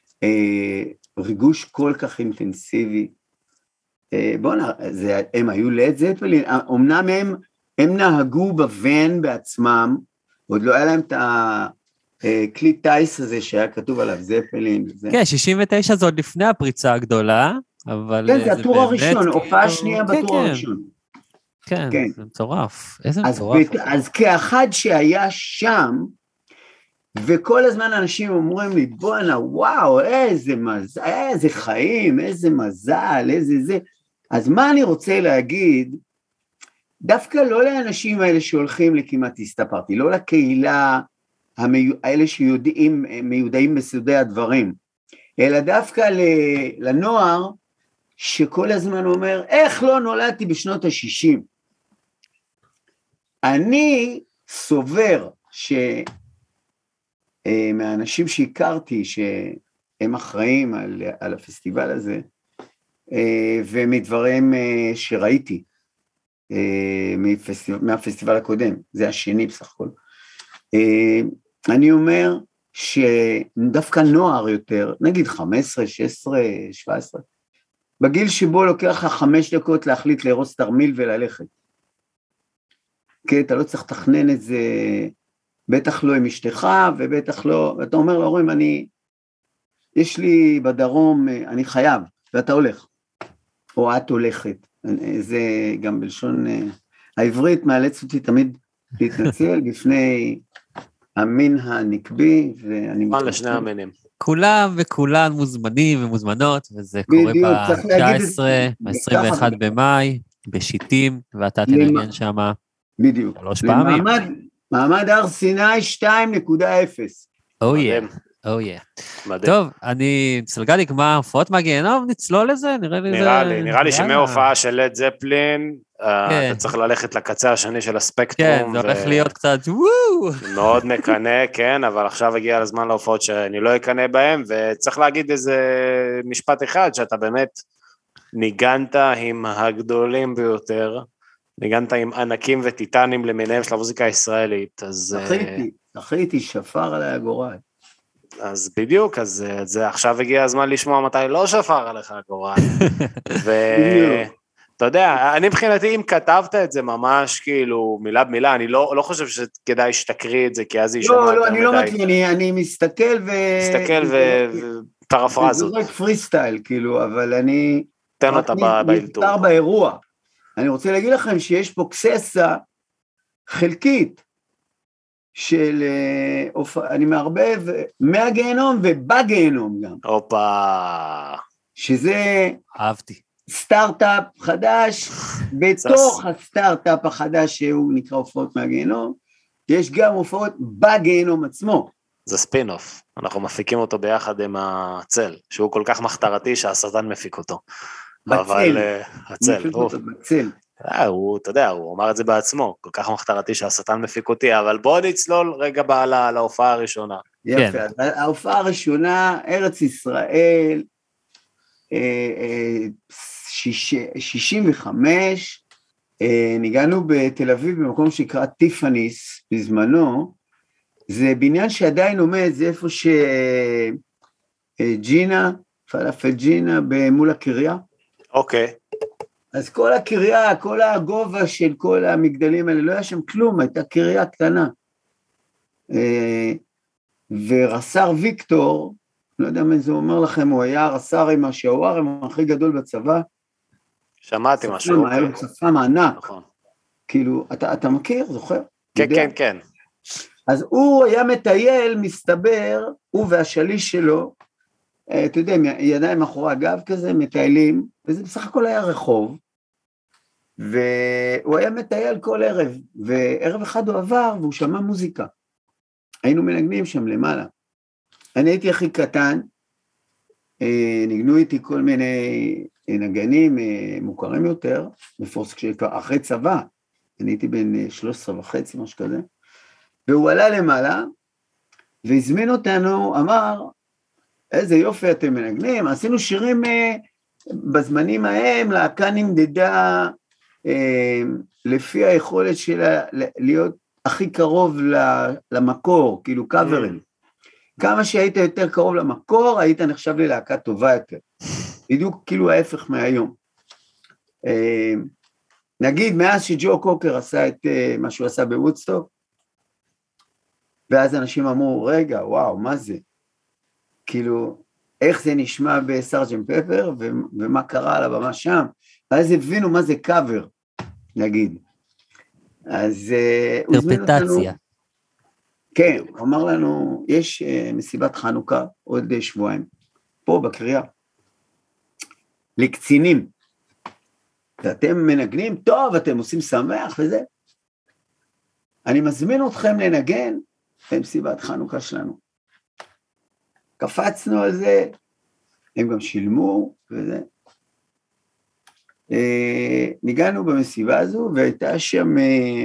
ריגוש כל כך אינטנסיבי, בוא נראה, הם היו לד זפלין, אמנם הם, הם נהגו בוון בעצמם, עוד לא היה להם את הכלי טייס הזה שהיה כתוב עליו זפלין. כן, שישים ותשע זה עוד לפני הפריצה הגדולה, אבל... כן, זה הטור הראשון, הופעה שנייה בטור הראשון. כן, זה מטורף, איזה מטורף. אז כאחד שהיה שם, וכל הזמן אנשים אומרים לי, בואנה, וואו, איזה מזל, איזה חיים, איזה מזל, איזה זה. אז מה אני רוצה להגיד, דווקא לא לאנשים האלה שהולכים לכמעט הסתפרתי, לא לקהילה האלה שיודעים, מיודעים בסודי הדברים, אלא דווקא לנוער שכל הזמן אומר, איך לא נולדתי בשנות ה-שישים? אני סובר ש... מהאנשים שהכרתי שהם אחראים על, על הפסטיבל הזה, ומדברים שראיתי מהפסטיבל הקודם, זה השני בסך הכל, אני אומר שדווקא נוער יותר, נגיד חמש עשרה, שש עשרה, שבע עשרה, בגיל שבו לוקח לך חמש דקות להחליט להרוס תרמיל וללכת, כי אתה לא צריך לתכנן את זה בטח לא עם אשתך, ובטח לא, ואתה אומר להורים, אני, יש לי בדרום, אני חייב, ואתה הולך, או את הולכת, זה גם בלשון העברית, מאלץ אותי תמיד להתנצל בפני המין הנקבי, ואני מתנצל. לשני המינים. כולם וכולן מוזמנים ומוזמנות, וזה קורה ב-תשע עשרה, ב-עשרים ואחד במאי, בשיטים, ואתה תנגן שם שלוש פעמים. מעמד הר סיני שתיים נקודה אפס. או יא, או יא. טוב, אני, סלגדיק, מה, הופעות מהגיהנום? נצלול לזה? נראה לי זה... נראה לי, נראה לי שמהופעה של לד זפלין, אתה צריך ללכת לקצה השני של הספקטרום. כן, זה הולך להיות קצת וואו. מאוד מקנה, כן, אבל עכשיו הגיע הזמן להופעות שאני לא אקנה בהם, וצריך להגיד איזה משפט אחד, שאתה באמת ניגנת עם הגדולים ביותר, ניגנת עם ענקים וטיטנים למיניהם של המוזיקה הישראלית, אז... אחייתי, אחייתי, שפר עליי הגורל. אז בדיוק, אז זה עכשיו הגיע הזמן לשמוע מתי לא שפר עליך הגורל. ואתה יודע, אני מבחינתי, אם כתבת את זה ממש כאילו מילה במילה, אני לא, לא חושב שכדאי שתקריא את זה, כי אז זה ישמע יותר מדי. לא, לא, אני לא מקריא, אני, אני מסתכל ו... מסתכל ופרפרזות. זה רק פרי סטייל, כאילו, אבל אני... תן אותה באלתור. נפטר באירוע. אני רוצה להגיד לכם שיש פה קססה חלקית של, אני מערבב מהגיהנום ובגיהנום גם. אופה. שזה... אהבתי. סטארט-אפ חדש, בתוך הסטארט-אפ החדש שהוא נקרא הופעות מהגיהנום, יש גם הופעות בגיהנום עצמו. זה ספין-אוף, אנחנו מפיקים אותו ביחד עם הצל, שהוא כל כך מחתרתי שהשטן מפיק אותו. בצל. אבל הצל, בצל. הוא, אתה יודע, הוא אמר את זה בעצמו, כל כך מחתרתי שהשטן מפיק אותי, אבל בוא נצלול רגע בעלה להופעה הראשונה. יפה, ההופעה הראשונה, ארץ ישראל, שישים וחמש, ניגענו בתל אביב במקום שנקרא טיפאניס בזמנו, זה בניין שעדיין עומד, זה איפה שג'ינה, פלאפל ג'ינה מול הקריה. אוקיי. אז כל הקריה, כל הגובה של כל המגדלים האלה, לא היה שם כלום, הייתה קריה קטנה. ורס"ר ויקטור, לא יודע מה זה אומר לכם, הוא היה הרס"ר עם השעוארם הכי גדול בצבא. שמעתי משהו. היה לו צפם ענק. נכון. כאילו, אתה, אתה מכיר, זוכר? כן, כן, כן. אז הוא היה מטייל, מסתבר, הוא והשליש שלו, אתה יודע, ידיים מאחורי הגב כזה, מטיילים, וזה בסך הכל היה רחוב, והוא היה מטייל כל ערב, וערב אחד הוא עבר, והוא שמע מוזיקה. היינו מנגנים שם למעלה. אני הייתי הכי קטן, נגנו איתי כל מיני נגנים מוכרים יותר, אחרי צבא, אני הייתי בן שלוש עשרה וחצי, משהו כזה, והוא עלה למעלה, והזמין אותנו, אמר, איזה יופי אתם מנגנים, עשינו שירים בזמנים ההם, להקה נמדדה לפי היכולת שלה להיות הכי קרוב למקור, כאילו קאברים. כמה שהיית יותר קרוב למקור, היית נחשב ללהקה טובה יותר. בדיוק כאילו ההפך מהיום. נגיד, מאז שג'ו קוקר עשה את מה שהוא עשה בוודסטוק, ואז אנשים אמרו, רגע, וואו, מה זה? כאילו, איך זה נשמע בסרג'נט פפר, ומה קרה על הבמה שם, ואז הבינו מה זה קאבר, נגיד. אז הוא הזמין אותנו... כן, הוא אמר לנו, יש מסיבת חנוכה, עוד שבועיים, פה בקריאה, לקצינים, ואתם מנגנים, טוב, אתם עושים שמח וזה, אני מזמין אתכם לנגן, במסיבת חנוכה שלנו. קפצנו על זה, הם גם שילמו, וזה. ניגענו במסיבה הזו, והייתה שם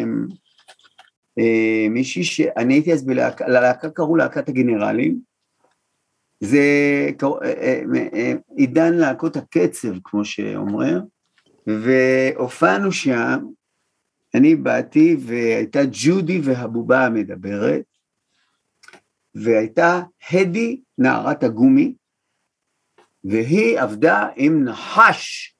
מישהי שאני הייתי אז בלהקה, ללהקה קראו להקת הגנרלים, זה עידן להקות הקצב, כמו שאומרים, והופענו שם, אני באתי, והייתה ג'ודי והבובה המדברת, והייתה הדי, נערת הגומי, והיא עבדה עם נחש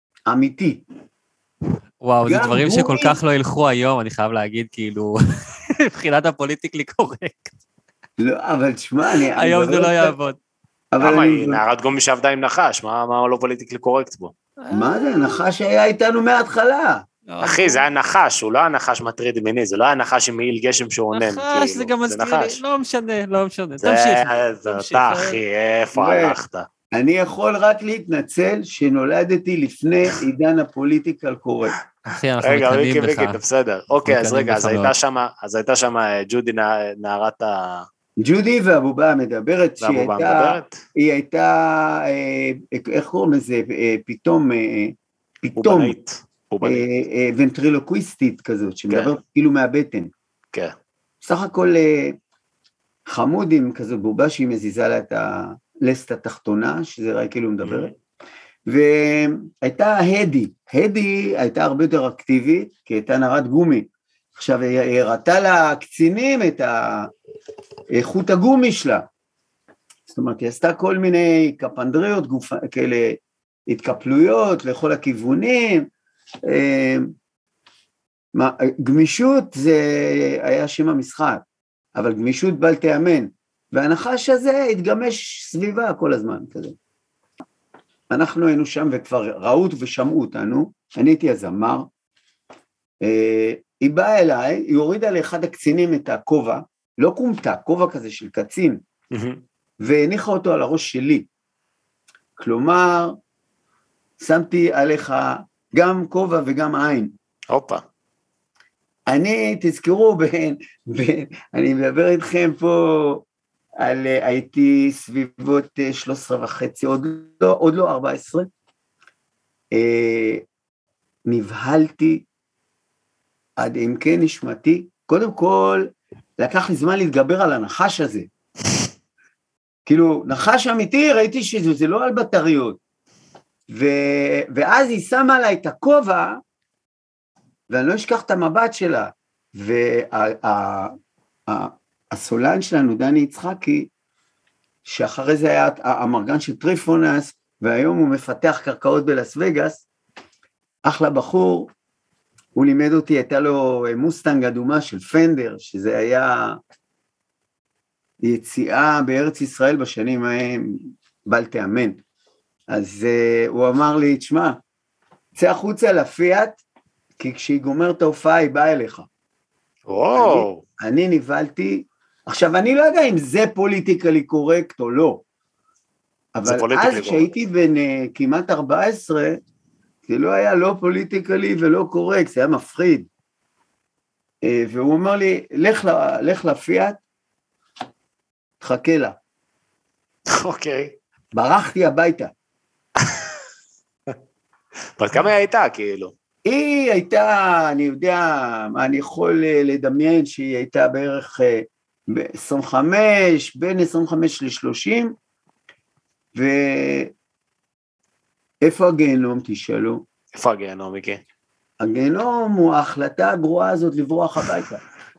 אמיתי. וואו, זה דברים שכל כך לא ילכו היום, אני חייב להגיד, כאילו... מבחינת הפוליטיקלי קורקט. לא, אבל תשמע, אני... היום זה לא יעבוד. למה היא נערת גומי שעבדה עם נחש, מה לא פוליטיקלי קורקט בו? מה זה, נחש היה איתנו מההתחלה. אחי, זה היה נחש, הוא לא היה נחש מטריד מיני, זה לא היה נחש עם מעיל גשם שעונן. נחש, זה גם מזכיר לי, לא משנה, לא משנה, תמשיך. זה אתה, אחי, איפה הלכת? אני יכול רק להתנצל שנולדתי לפני עידן הפוליטיקל קורקט. אחי, אנחנו רגע, מקנאים ויקי, בך. ויקי, אתה בסדר. אוקיי, אז רגע, אז הייתה שם ג'ודי נערת ה... ג'ודי והבובה המדברת, והבובה המדברת? היא הייתה, איך קוראים לזה, פתאום, פתאום, ונטרילוקוויסטית כזאת, שמדברת כאילו מהבטן. כן. בסך הכל חמודים כזאת, בובה שהיא מזיזה לה את הלסת התחתונה, שזה ראה כאילו מדברת. והייתה הדי, הדי הייתה הרבה יותר אקטיבית, כי הייתה נערת גומי. עכשיו, היא הראתה לקצינים את איכות הגומי שלה. זאת אומרת, היא עשתה כל מיני קפנדריות, גופ... כאלה התקפלויות לכל הכיוונים. גמישות זה היה שם המשחק, אבל גמישות בל תאמן. והנחש הזה התגמש סביבה כל הזמן כזה. אנחנו היינו שם וכבר ראו ושמעו אותנו, אני הייתי הזמר, היא באה אליי, היא הורידה לאחד הקצינים את הכובע, לא קומתה, כובע כזה של קצין, והניחה אותו על הראש שלי. כלומר, שמתי עליך גם כובע וגם עין. הופה. אני, תזכרו, בין, בין, אני מדבר איתכם פה על, הייתי סביבות שלוש עשרה וחצי, עוד לא, עוד לא ארבע עשרה, אה, נבהלתי, עד אם כן נשמתי, קודם כל, לקח לי זמן להתגבר על הנחש הזה. כאילו, נחש אמיתי, ראיתי שזה לא על בטריות. ו, ואז היא שמה לה את הכובע, ואני לא אשכח את המבט שלה. והסולן שלנו, דני יצחקי, שאחרי זה היה המרגן של טריפונס, והיום הוא מפתח קרקעות בלס וגאס, אחלה בחור, הוא לימד אותי, הייתה לו מוסטנג אדומה של פנדר, שזה היה יציאה בארץ ישראל בשנים ההם, בל תאמן. אז uh, הוא אמר לי, תשמע, צא החוצה לפיאט, כי כשהיא גומרת ההופעה היא באה אליך. וואו. אני, אני נבלתי, עכשיו אני לא יודע אם זה פוליטיקלי קורקט או לא, אבל אז כשהייתי בין uh, כמעט ארבע עשרה, זה לא היה לא פוליטיקלי ולא קורקט, זה היה מפחיד. והוא אומר לי, לך, לך לפיאט, תחכה לה. אוקיי. ברחתי הביתה. אבל כמה היא הייתה, כאילו? היא הייתה, אני יודע, אני יכול לדמיין שהיא הייתה בערך ב-עשרים וחמש, בין עשרים וחמש ל-שלושים, ו... איפה הגיהנום, תשאלו? איפה הגיהנום, מיקי? הגיהנום הוא ההחלטה הגרועה הזאת לברוח הביתה.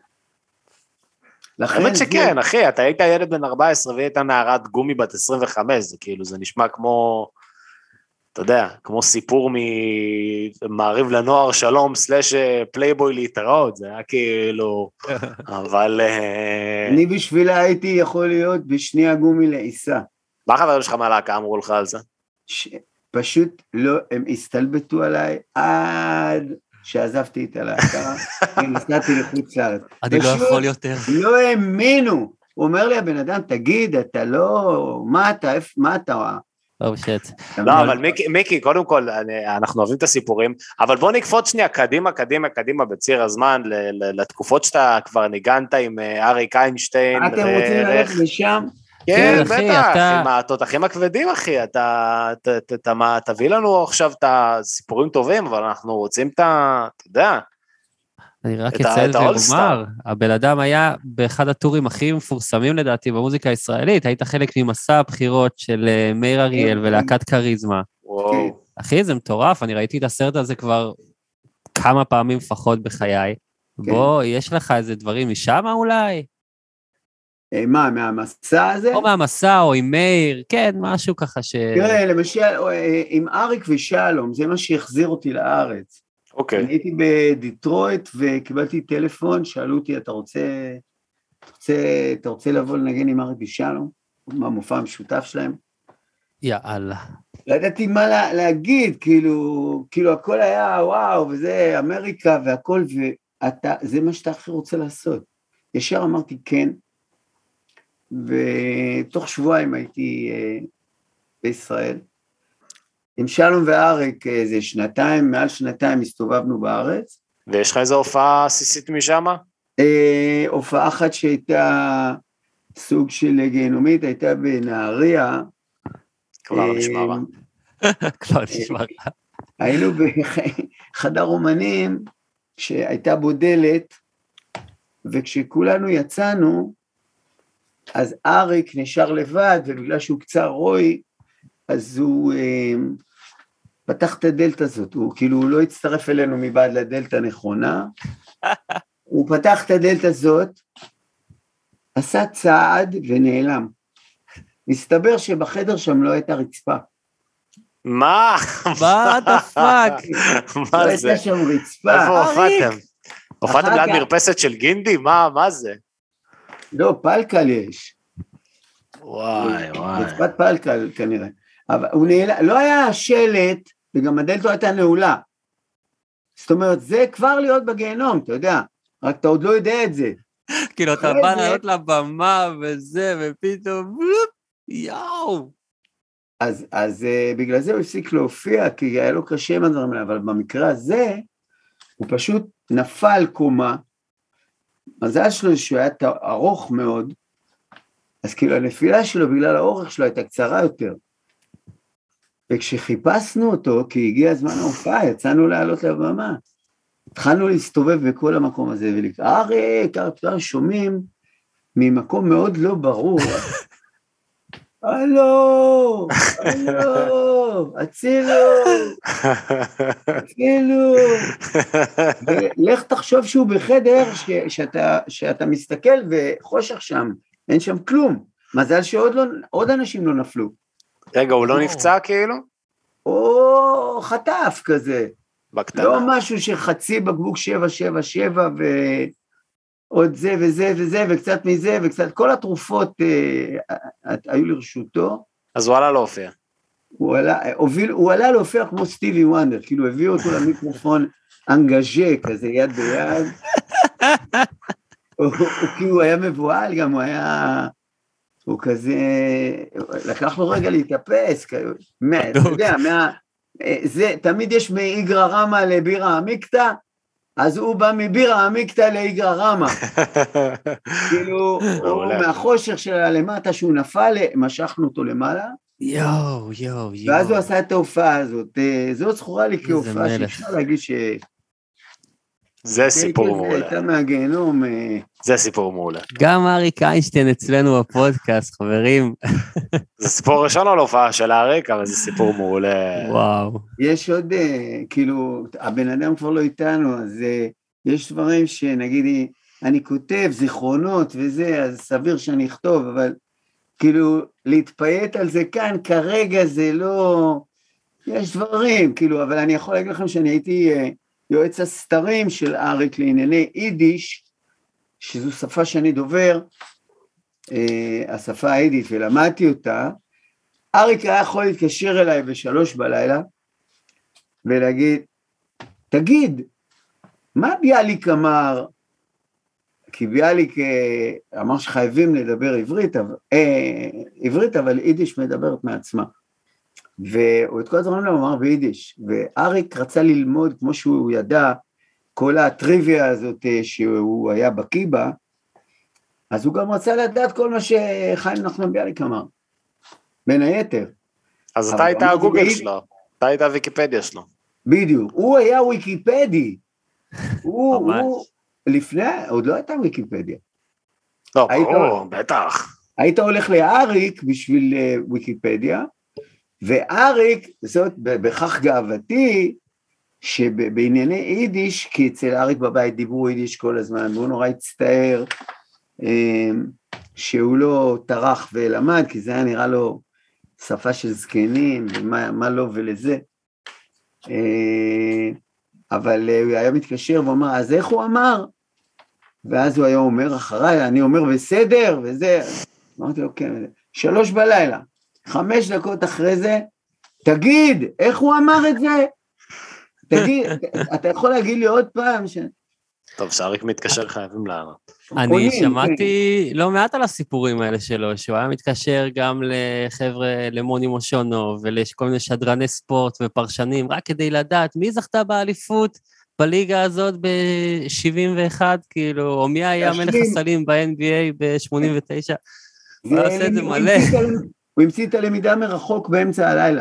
האמת שכן, אחי, אתה היית ילד בן ארבע עשרה והיא הייתה נערת גומי בת עשרים וחמש, זה כאילו, זה נשמע כמו, אתה יודע, כמו סיפור ממעריב לנוער שלום סלש פלייבוי להתראות, זה היה כאילו, אבל... אני בשבילה הייתי יכול להיות בשני הגומי לעיסה. מה החברים שלך מהלהקה אמרו לך על זה? פשוט לא, הם הסתלבטו עליי עד שעזבתי את הלהקה, ונסעתי לחוץ לארץ. אני לא יכול יותר. לא האמינו. הוא אומר לי, הבן אדם, תגיד, אתה לא, מה אתה, מה אתה? לא, שט. לא, אבל מיקי, קודם כל, אנחנו אוהבים את הסיפורים, אבל בוא נקפוץ שנייה, קדימה, קדימה, קדימה, בציר הזמן, לתקופות שאתה כבר ניגנת עם אריק איינשטיין. אתם רוצים ללכת לשם? כן, בטח, עם התותחים הכבדים, אחי, אתה תביא לנו עכשיו את הסיפורים טובים, אבל אנחנו רוצים את ה... אתה יודע, אני רק אצל ואומר, הבן אדם היה באחד הטורים הכי מפורסמים לדעתי במוזיקה הישראלית, היית חלק ממסע הבחירות של מאיר אריאל ולהקת קריזמה. אחי, זה מטורף, אני ראיתי את הסרט הזה כבר כמה פעמים לפחות בחיי. בוא, יש לך איזה דברים משם אולי? מה, מהמסע הזה? או מהמסע, או עם מאיר, כן, משהו ככה ש... תראה, למשל, עם אריק ושלום, זה מה שהחזיר אותי לארץ. אוקיי. אני הייתי בדיטרויט וקיבלתי טלפון, שאלו אותי, אתה רוצה, אתה רוצה, אתה רוצה לבוא לנגן עם אריק ושלום, מהמופע המשותף שלהם? יאללה. לא ידעתי מה לה, להגיד, כאילו, כאילו הכל היה וואו, וזה אמריקה והכל, ואתה, זה מה שאתה הכי רוצה לעשות. ישר אמרתי כן, ותוך שבועיים הייתי אה, בישראל, עם שלום ואריק איזה שנתיים, מעל שנתיים הסתובבנו בארץ. ויש לך איזו הופעה עסיסית משם? אה, הופעה אחת שהייתה סוג של גיהנומית, הייתה בנהריה. כבר נשמע רע. כבר נשמע רע. היינו בחדר אומנים שהייתה בו דלת, וכשכולנו יצאנו, אז אריק נשאר לבד, ובגלל שהוא קצר רוי, אז הוא אה, פתח את הדלת הזאת, הוא כאילו הוא לא הצטרף אלינו מבעד לדלת הנכונה, הוא פתח את הדלת הזאת, עשה צעד ונעלם. מסתבר שבחדר שם לא הייתה רצפה. מה? מה אתה פאק? מה לא זה? הייתה שם רצפה. איפה הופעתם? הופעתם אחר ליד כך- מרפסת של גינדי? מה מה זה? לא, פלקל יש. וואי וואי. רצפת פלקל כנראה. אבל הוא נעלם, לא היה שלט, וגם הדלת לא הייתה נעולה. זאת אומרת, זה כבר להיות בגיהנום, אתה יודע, רק אתה עוד לא יודע את זה. כאילו, אתה אחרי בא זה- לעלות לבמה וזה, ופתאום, בלופ, יאו. אז, אז uh, בגלל זה הוא הפסיק להופיע, כי היה לו קשה עם הדברים האלה, אבל במקרה הזה, הוא פשוט נפל קומה, מזל שלו שהוא היה ארוך מאוד, אז כאילו הנפילה שלו בגלל האורך שלו הייתה קצרה יותר, וכשחיפשנו אותו, כי הגיע הזמן ההופעה, יצאנו לעלות לבמה, התחלנו להסתובב בכל המקום הזה, ולכת, אריק, אריק, שומעים, ממקום מאוד לא ברור, הלו, הלו, הצילו, הצילו, ולך תחשוב שהוא בחדר ש, שאתה, שאתה מסתכל וחושך שם, אין שם כלום, מזל שעוד לא, עוד אנשים לא נפלו, רגע, הוא לא נפצע כאילו? או חטף כזה, בקטנה. לא משהו שחצי בקבוק שבע שבע שבע ועוד זה וזה וזה וקצת מזה וקצת, כל התרופות אה, היו לרשותו. אז הוא עלה להופיע. הוא עלה, הוביל, הוא עלה להופיע כמו סטיבי וונדר, כאילו הביאו אותו למיקרופון אנגז'ה כזה יד ביד, הוא, הוא כאילו היה מבועל גם, הוא היה, הוא כזה, לקח לו רגע להתאפס, מה, אתה יודע, מה, זה, תמיד יש מאיגרא רמא לבירא עמיקתא, אז הוא בא מבירא עמיקתא לאיגרא רמא, כאילו, הוא מהחושך שלה למטה, שהוא נפל, משכנו אותו למעלה, יואו, יואו, יואו. ואז הוא עשה את ההופעה הזאת, זאת זכורה לי כהופעה שאפשר להגיד ש... זה סיפור מעולה. הייתה מהגיהנום. זה סיפור מעולה. גם אריק איינשטיין אצלנו בפודקאסט, חברים. זה סיפור ראשון על הופעה של אריק, אבל זה סיפור מעולה. וואו. יש עוד, כאילו, הבן אדם כבר לא איתנו, אז יש דברים שנגיד, אני כותב זיכרונות וזה, אז סביר שאני אכתוב, אבל כאילו, להתפייט על זה כאן, כרגע זה לא... יש דברים, כאילו, אבל אני יכול להגיד לכם שאני הייתי... יועץ הסתרים של אריק לענייני יידיש, שזו שפה שאני דובר, השפה היידית, ולמדתי אותה, אריק היה יכול להתקשר אליי בשלוש בלילה, ולהגיד, תגיד, מה ביאליק אמר, כי ביאליק אמר שחייבים לדבר עברית, אבל, אה, עברית, אבל יידיש מדברת מעצמה. והוא את כל הדברים לא אמר ביידיש, ואריק רצה ללמוד כמו שהוא ידע, כל הטריוויה הזאת שהוא היה בקיא בה, אז הוא גם רצה לדעת כל מה שחיים נחמן ביאליק אמר, בין היתר. אז אתה היית הגוגל שלו, אתה היית הוויקיפדיה שלו. בדיוק, הוא היה ויקיפדי, הוא, הוא, לפני, עוד לא הייתה ויקיפדיה. לא, ברור, בטח. היית הולך לאריק בשביל ויקיפדיה, ואריק, זאת בכך גאוותי, שבענייני יידיש, כי אצל אריק בבית דיברו יידיש כל הזמן, והוא נורא הצטער, שהוא לא טרח ולמד, כי זה היה נראה לו שפה של זקנים, ומה מה לא ולזה. אבל הוא היה מתקשר ואומר, אז איך הוא אמר? ואז הוא היה אומר אחריי, אני אומר בסדר, וזה, אמרתי לו, כן, שלוש בלילה, חמש דקות אחרי זה, תגיד, איך הוא אמר את זה? תגיד, אתה יכול להגיד לי עוד פעם ש... טוב, שאריק מתקשר חייבים לענות. אני שמעתי לא מעט על הסיפורים האלה שלו, שהוא היה מתקשר גם לחבר'ה, למוני מושונו, ולכל מיני שדרני ספורט ופרשנים, רק כדי לדעת מי זכתה באליפות בליגה הזאת ב-שבעים ואחת, כאילו, או מי היה מלך הסלים ב-אן בי איי ב-שמונים ותשע. הוא עושה את זה מלא. הוא המציא את הלמידה מרחוק באמצע הלילה.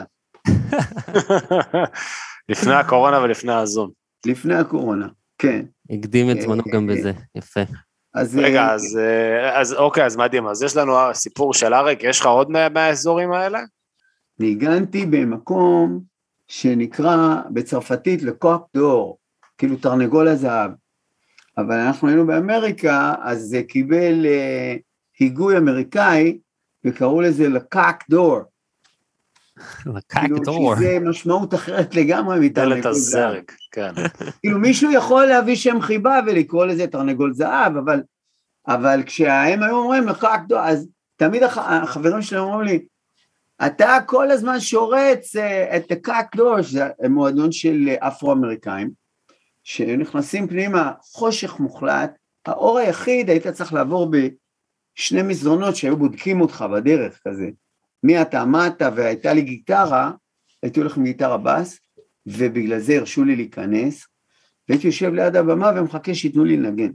לפני הקורונה ולפני הזום. לפני הקורונה, כן. הקדים את זמנו גם בזה, יפה. רגע, אז, אז אוקיי, אז מדהים, אז יש לנו סיפור של אריק, יש לך עוד מהאזורים האלה? ניגנתי במקום שנקרא בצרפתית לקוק דור, כאילו תרנגול הזהב, אבל אנחנו היינו באמריקה, אז זה קיבל uh, היגוי אמריקאי, וקראו לזה לקוק דור. לקוק דור. שזה משמעות אחרת לגמרי מתרנגול זהב. כן. כאילו מישהו יכול להביא שם חיבה ולקרוא לזה תרנגול זהב, אבל, אבל כשהם היו אומרים לקוק דור, אז תמיד החברים שלהם אומרים לי, אתה כל הזמן שורץ את הקוק דור, שזה מועדון של אפרו-אמריקאים, שנכנסים פנימה חושך מוחלט, האור היחיד היית צריך לעבור בשני מזרונות שהיו בודקים אותך בדרך כזה, מי אתה, מה אתה, והייתה לי גיטרה, הייתי הולך עם גיטרה בס, ובגלל זה הרשו לי להיכנס, והייתי יושב ליד הבמה ומחכה שיתנו לי לנגן.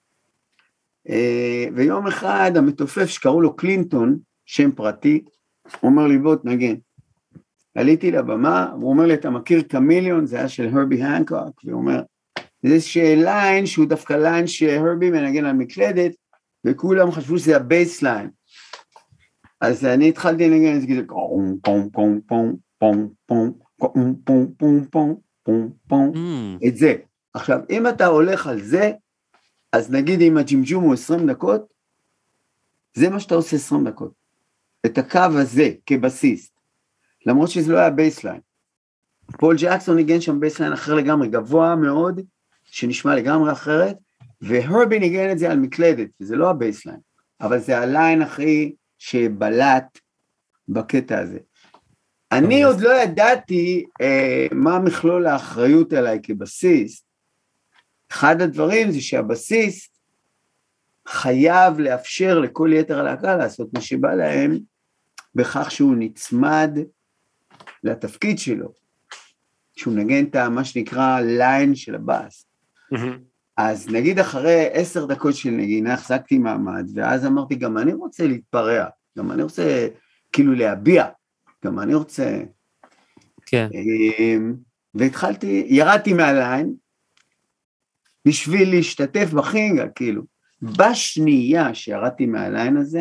ויום אחד המתופף שקראו לו קלינטון, שם פרטי, הוא אומר לי בוא תנגן. עליתי לבמה, הוא אומר לי אתה מכיר קמיליון, זה היה של הרבי הנקוק, והוא אומר, זה ליין שהוא דווקא ליין שהרבי מנגן על מקלדת, וכולם חשבו שזה הבייסליין. אז אני התחלתי לנגן, זה כזה, פום פום פום פום פום פום פום פום פום פום פום פום, את זה. עכשיו, אם אתה הולך על זה, אז נגיד אם הג'ימג'ום הוא עשרים דקות, זה מה שאתה עושה עשרים דקות. את הקו הזה כבסיס, למרות שזה לא היה בייסליין. פול ג'קסון ניגן שם בייסליין אחר לגמרי, גבוה מאוד, שנשמע לגמרי אחרת, והרבי ניגן את זה על מקלדת, וזה לא הבייסליין, אבל זה הליין הכי שבלט בקטע הזה. אני עוד לא ידעתי אה, מה מכלול האחריות עליי כבסיס. אחד הדברים זה שהבסיס חייב לאפשר לכל יתר הלהקה לעשות מה שבא להם, בכך שהוא נצמד לתפקיד שלו, שהוא נגן את מה שנקרא ליין של הבאס. אז נגיד אחרי עשר דקות של נגינה, החזקתי מעמד, ואז אמרתי, גם אני רוצה להתפרע, גם אני רוצה כאילו להביע, גם אני רוצה... כן. והתחלתי, ירדתי מהליין, בשביל להשתתף בחינגה, כאילו. בשנייה שירדתי מהליין הזה,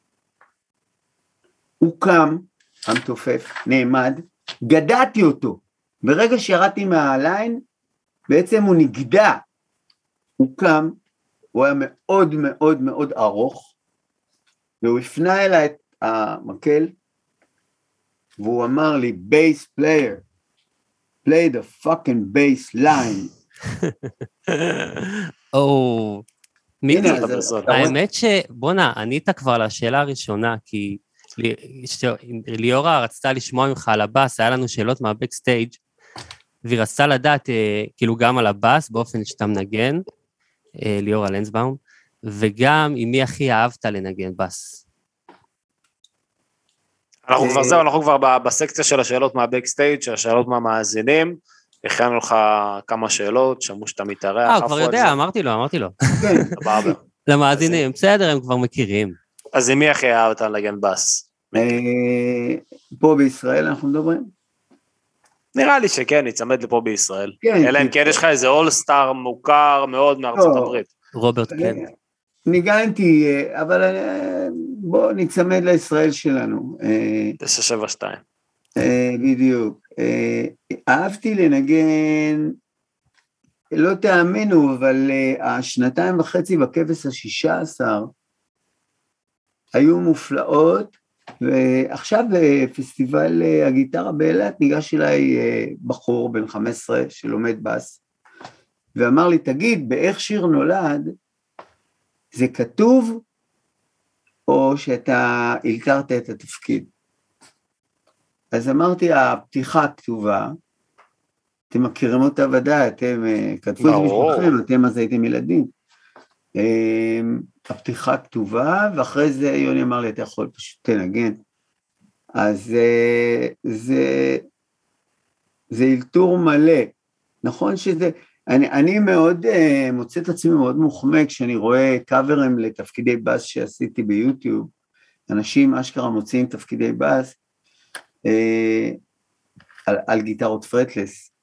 הוא קם, המתופף, נעמד, גדעתי אותו. ברגע שירדתי מהליין, בעצם הוא נגדע. הוא קם, הוא היה מאוד מאוד מאוד ארוך, והוא הפנה אליי את המקל, והוא אמר לי, bass player, play the fucking bass line. או, מיני, האמת שבונה, ענית כבר לשאלה הראשונה, כי ליאורה רצתה לשמוע ממך על הבאס, היה לנו שאלות מהבקסטייג', והיא רצתה לדעת, כאילו גם על הבאס, באופן שאתה מנגן, ליאורה לנסבאום, וגם עם מי הכי אהבת לנגן באס. אנחנו כבר זהו, אנחנו כבר בסקציה של השאלות מהבקסטייג', של השאלות מהמאזינים, הכנו לך כמה שאלות, שמעו שאתה מתארח. אה, הוא כבר יודע, אמרתי לו, אמרתי לו. למאזינים, בסדר, הם כבר מכירים. אז עם מי הכי אהבת לנגן באס? פה בישראל אנחנו מדברים? נראה לי שכן, נצמד לפה בישראל. אלא אם כן יש לך איזה אול-סטאר מוכר מאוד מארצות הברית. רוברט קנט. ניגנתי, אבל בואו נצמד לישראל שלנו. תשע שבע שתיים. בדיוק. אהבתי לנגן, לא תאמינו, אבל השנתיים וחצי בכבש השישה עשר היו מופלאות, ועכשיו בפסטיבל הגיטרה באילת ניגש אליי בחור בן חמש עשרה שלומד בס, ואמר לי, תגיד, באיך שיר נולד, זה כתוב, או שאתה הלתרת את התפקיד? אז אמרתי, הפתיחה כתובה, אתם מכירים אותה ודאי, אתם כתבו את זה בשבילכם, אתם אז הייתם ילדים. הפתיחה כתובה, ואחרי זה יוני אמר לי, אתה יכול פשוט תנגן. אז זה, זה אלתור מלא. נכון שזה, אני, אני מאוד מוצא את עצמי מאוד מוחמק, כשאני רואה קאברים לתפקידי בס שעשיתי ביוטיוב, אנשים אשכרה מוצאים תפקידי בס, על, על גיטרות פרטלס,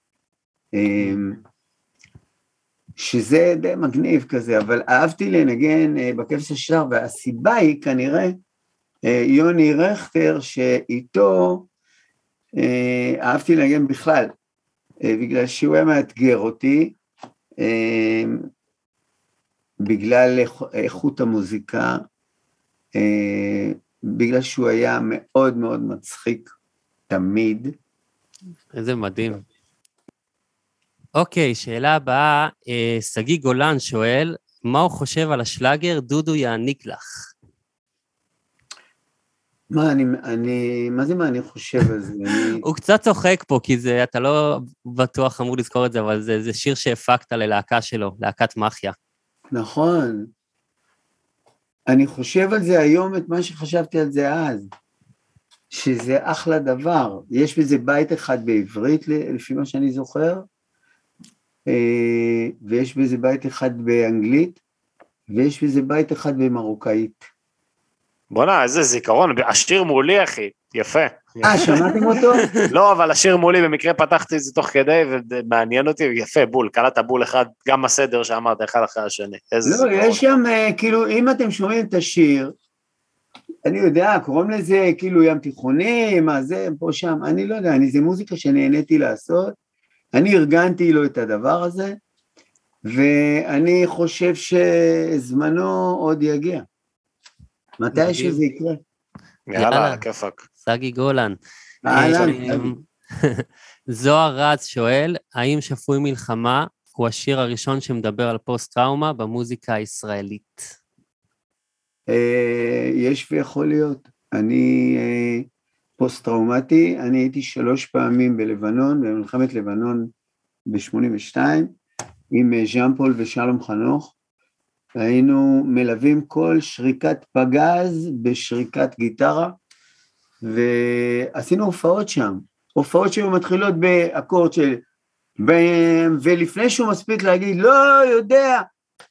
שזה די מגניב כזה, אבל אהבתי לנגן בכבש השטר, והסיבה היא כנראה יוני רכטר, שאיתו אהבתי לנגן בכלל, בגלל שהוא היה מאתגר אותי, בגלל איכות המוזיקה, בגלל שהוא היה מאוד מאוד מצחיק, תמיד. איזה מדהים. אוקיי, שאלה הבאה, סגי גולן שואל, מה הוא חושב על השלאגר דודו יעניק לך? מה אני, אני, מה זה מה אני חושב על זה? אני... הוא קצת צוחק פה, כי זה, אתה לא בטוח אמור לזכור את זה, אבל זה, זה שיר שהפקת ללהקה שלו, להקת מחיה. נכון. אני חושב על זה היום את מה שחשבתי על זה אז, שזה אחלה דבר. יש בזה בית אחד בעברית, לפי מה שאני זוכר, ויש בזה בית אחד באנגלית, ויש בזה בית אחד במרוקאית. בוא'נה, איזה זיכרון, השיר מולי, אחי, יפה. אה, שמעתם אותו? לא, אבל השיר מולי, במקרה פתחתי את זה תוך כדי, ומעניין אותי, יפה, בול, קלעת בול אחד, גם הסדר שאמרת, אחד אחרי השני. לא, יש שם, כאילו, אם אתם שומעים את השיר, אני יודע, קוראים לזה, כאילו, ים תיכוני, מה זה, פה שם, אני לא יודע, אני, זה מוזיקה שנהניתי לעשות, אני ארגנתי לו את הדבר הזה, ואני חושב שזמנו עוד יגיע. מתי שזה יקרה? יאללה, כיפק. סגי גולן. אהלן. זוהר רץ שואל, האם שפוי מלחמה הוא השיר הראשון שמדבר על פוסט-טראומה במוזיקה הישראלית? יש ויכול להיות. אני פוסט-טראומטי, אני הייתי שלוש פעמים בלבנון, במלחמת לבנון ב-שמונים ושתיים, עם ז'אן פול ושלום חנוך, היינו מלווים כל שריקת פגז בשריקת גיטרה, ועשינו הופעות שם, הופעות שהיו מתחילות באקורד של, ולפני שהוא מספיק להגיד, לא יודע,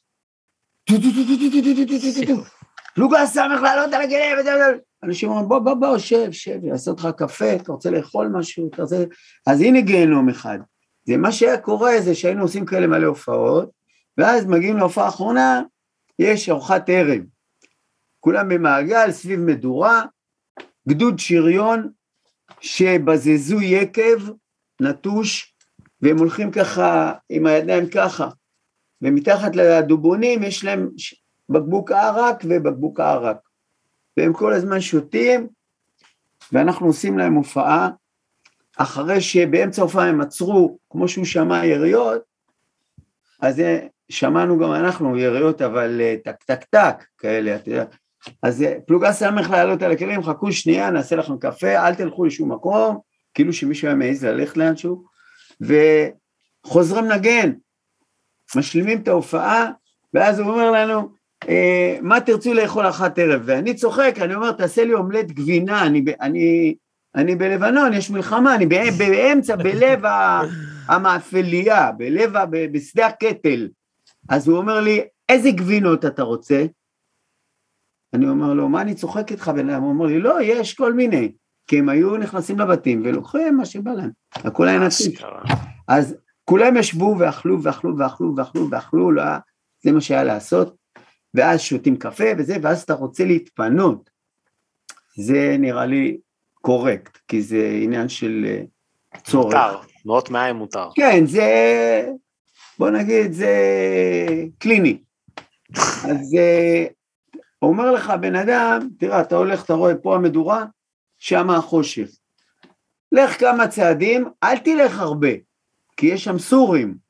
פלוגה סמך לעלות על הגלב, אנשים אומרים, בוא, בוא, בוא, שב, שב, יעשה אותך קפה, אתה רוצה לאכול משהו, אתה רוצה... אז הנה גיהנום אחד, זה מה שהיה קורה, זה שהיינו עושים כאלה מלא הופעות, ואז מגיעים להופעה האחרונה, יש ארוחת ערב, כולם במעגל, סביב מדורה, גדוד שריון, שבזזו יקב, נטוש, והם הולכים ככה, עם הידיים ככה, ומתחת לדובונים יש להם בקבוק ערק ובקבוק ערק, והם כל הזמן שותים, ואנחנו עושים להם הופעה, אחרי שבאמצע הופעה הם עצרו, כמו שהוא שמע יריות, אז שמענו גם אנחנו יריות, אבל טק טק טק כאלה, אתה יודע, אז פלוגה סמך לעלות על הכלים, חכו שנייה, נעשה לכם קפה, אל תלכו לשום מקום, כאילו שמישהו היה מעז ללכת לאנשהו, וחוזרים נגן, משלימים את ההופעה, ואז הוא אומר לנו, אה, מה תרצו לאכול אחת ערב? ואני צוחק, אני אומר, תעשה לי אומלט גבינה, אני, אני, אני בלבנון, יש מלחמה, אני באמצע, בלב המאפליה, בלב, בשדה הקטל, אז הוא אומר לי, איזה גבינות אתה רוצה? אני אומר לו, מה אני צוחק איתך בלב? הוא אומר לי, לא, יש כל מיני, כי הם היו נכנסים לבתים ולוקחים מה שבא להם, הכל היה נציג. אז כולם ישבו ואכלו ואכלו ואכלו ואכלו ואכלו, לא, זה מה שהיה לעשות, ואז שותים קפה וזה, ואז אתה רוצה להתפנות, זה נראה לי קורקט, כי זה עניין של צורך. מותר, מאות מים מותר. כן, זה, בוא נגיד, זה קליני. אז אומר לך בן אדם, תראה, אתה הולך, אתה רואה פה המדורה, שם החושך. לך כמה צעדים, אל תלך הרבה, כי יש שם סורים,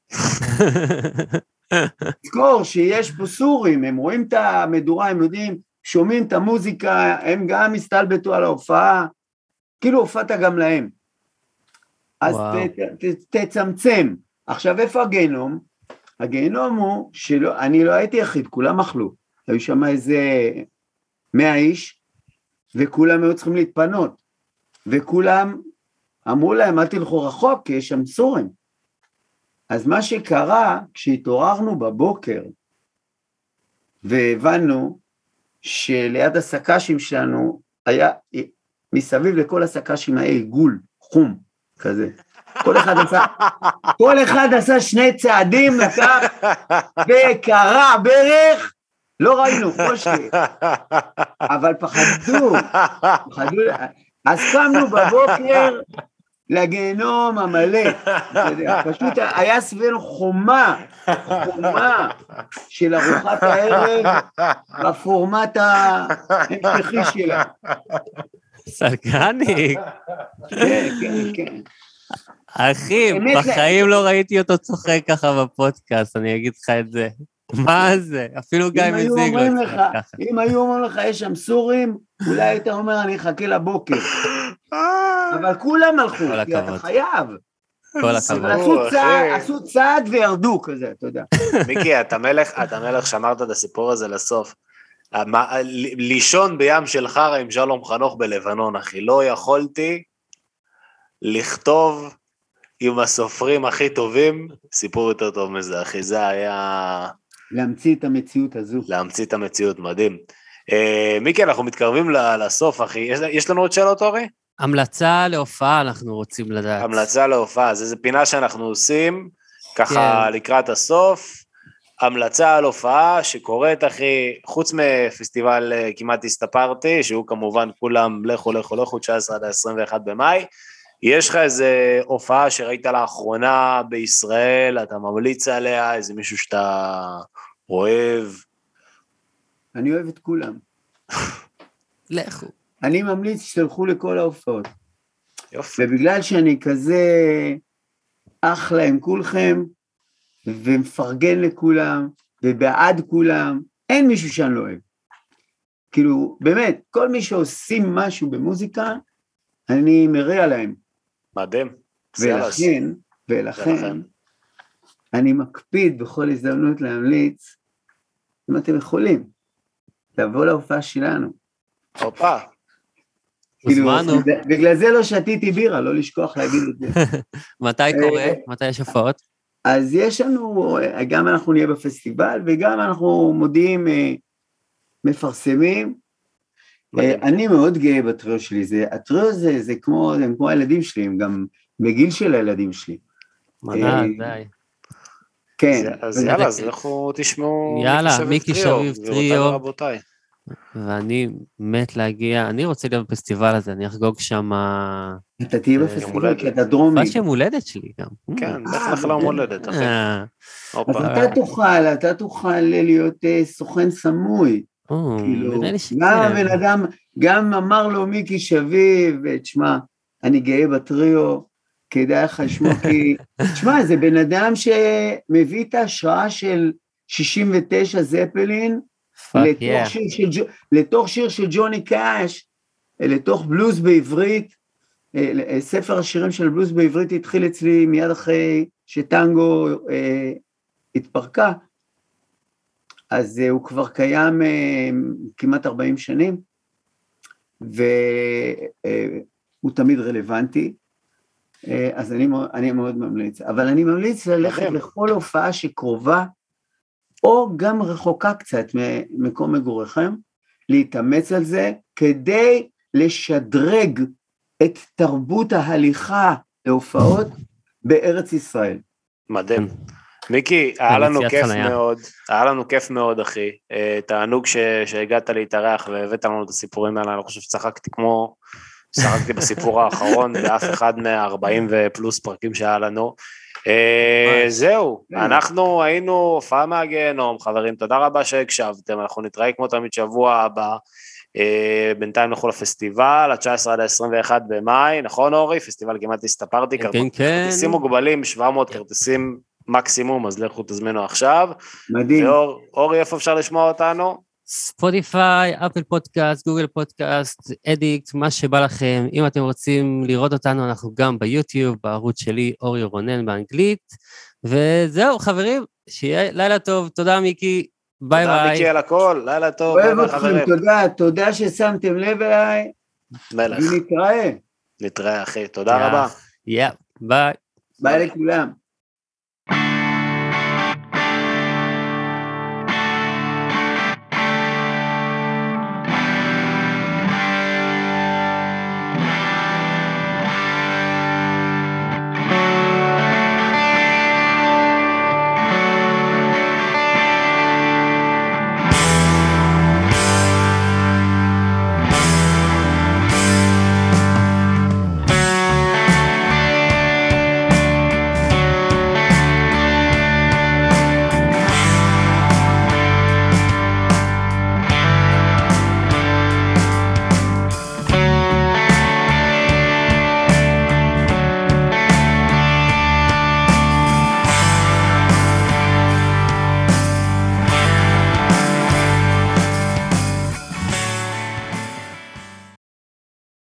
תזכור שיש פה סורים, הם רואים את המדורה, הם יודעים, שומעים את המוזיקה, הם גם מסתלבטו על ההופעה, כאילו הופעת גם להם. אז ת, ת, ת, תצמצם. עכשיו, איפה הגיהנום? הגיהנום הוא שלא, אני לא הייתי יחיד, כולם אכלו. היו שם איזה מאה איש, וכולם היו צריכים להתפנות. וכולם אמרו להם, אל תלכו רחוק, כי יש שם סורים. אז מה שקרה, כשהתעוררנו בבוקר, והבנו שליד הסקשים שלנו, היה מסביב לכל הסקשים היה עיגול, חום, כזה. כל אחד עשה, כל אחד עשה שני צעדים, לקח, וקרה ברך, לא ראינו, פושטי. אבל פחדו, פחדו, אז קמנו בבוקר, לגיהנום המלא, פשוט היה סביבנו חומה, חומה של ארוחת הערב, בפורמט ההמשכי שלה. סלקניק. כן, כן, כן. אחי, בחיים לא ראיתי אותו צוחק ככה בפודקאסט, אני אגיד לך את זה. מה זה? אפילו גיא מזיג לא צוחק ככה. אם היו אומרים לך, יש שם סורים, אולי היית אומר, אני אחכה לבוקר. אבל כולם הלכו, כי אתה חייב. כל הכבוד. עשו צעד וירדו כזה, אתה יודע. מיקי, אתה מלך שמרת את הסיפור הזה לסוף. לישון בים של חרה עם שלום חנוך בלבנון, אחי. לא יכולתי לכתוב עם הסופרים הכי טובים, סיפור יותר טוב מזה, אחי. זה היה... להמציא את המציאות הזו. להמציא את המציאות, מדהים. מיקי, אנחנו מתקרבים לסוף, אחי. יש לנו עוד שאלות, אורי? המלצה להופעה אנחנו רוצים לדעת. המלצה להופעה, זה פינה שאנחנו עושים, ככה לקראת הסוף, המלצה על הופעה שקורית, אחי, חוץ מפסטיבל כמעט הסתפרתי, שהוא כמובן כולם לכו לכו לכו, תשע עשרה עד עשרים ואחד במאי, יש לך איזה הופעה שראית לאחרונה בישראל, אתה ממליץ עליה, איזה מישהו שאתה אוהב? אני אוהב את כולם. לכו. אני ממליץ שתלכו לכל ההופעות. יופי. ובגלל שאני כזה אחלה עם כולכם, ומפרגן לכולם, ובעד כולם, אין מישהו שאני לא אוהב. כאילו, באמת, כל מי שעושים משהו במוזיקה, אני מריע להם. מדהים. ולכן, ולכן, אני מקפיד בכל הזדמנות להמליץ, אם אתם יכולים, לבוא להופעה שלנו. הופה. כאילו, בגלל זה לא שתיתי בירה, לא לשכוח להגיד את זה. מתי קורה? מתי יש הופעות? אז יש לנו, גם אנחנו נהיה בפסטיבל, וגם אנחנו מודיעים, מפרסמים. אני מאוד גאה בטריו שלי, הטריו הזה זה כמו הילדים שלי, הם גם בגיל של הילדים שלי. מנה, די. כן. אז יאללה, אז לכו תשמעו. יאללה, מיקי שביב טריו. ואני מת להגיע, אני רוצה להיות בפסטיבל הזה, אני אחגוג שם... אתה תהיה בפסטיבל, כי אתה דרומי. מה שם הולדת שלי גם. כן, לך לך ליום הולדת, אחי. אז אתה תוכל, אתה תוכל להיות סוכן סמוי. כאילו, גם הבן אדם, גם אמר לו מיקי שביב, ותשמע, אני גאה בטריו, כדאי לך לשמוע, כי, תשמע, זה בן אדם שמביא את ההשראה של שישים ותשע זפלין, לתוך, yeah. שיר של, לתוך שיר של ג'וני קאש, לתוך בלוז בעברית, ספר השירים של בלוז בעברית התחיל אצלי מיד אחרי שטנגו אה, התפרקה, אז אה, הוא כבר קיים אה, כמעט ארבעים שנים, והוא אה, תמיד רלוונטי, אה, אז אני, אני מאוד ממליץ, אבל אני ממליץ ללכת לכל הופעה שקרובה, או גם רחוקה קצת ממקום מגוריכם, להתאמץ על זה, כדי לשדרג את תרבות ההליכה להופעות בארץ ישראל. מדהים. מיקי, היה לנו כיף מאוד, היה לנו כיף מאוד, אחי. תענוג שהגעת להתארח והבאת לנו את הסיפורים האלה, אני חושב שצחקתי כמו, שחקתי בסיפור האחרון, באף אחד מה-ארבעים ופלוס פרקים שהיה לנו. זהו, אנחנו היינו הופעה מהגיהנום, חברים, תודה רבה שהקשבתם, אנחנו נתראה כמו תמיד שבוע הבא, בינתיים אנחנו לפסטיבל, ה-תשע עשרה עד ה-עשרים ואחד במאי, נכון אורי? פסטיבל כמעט הסתפרתי, כרטיסים מוגבלים, שבע מאות כרטיסים מקסימום, אז לכו תזמינו עכשיו. מדהים. ואור, אורי, איפה אפשר לשמוע אותנו? ספוטיפיי, אפל פודקאסט, גוגל פודקאסט, אדיקט, מה שבא לכם. אם אתם רוצים לראות אותנו, אנחנו גם ביוטיוב, בערוץ שלי, אורי רונן באנגלית. וזהו, חברים, שיהיה לילה טוב. תודה, מיקי. ביי ביי. תודה, מיקי, על הכל. לילה טוב. אוהב אתכם, תודה. תודה ששמתם לב אליי. מלך. ונתראה. נתראה, אחי. תודה רבה. יאפ, ביי. ביי לכולם.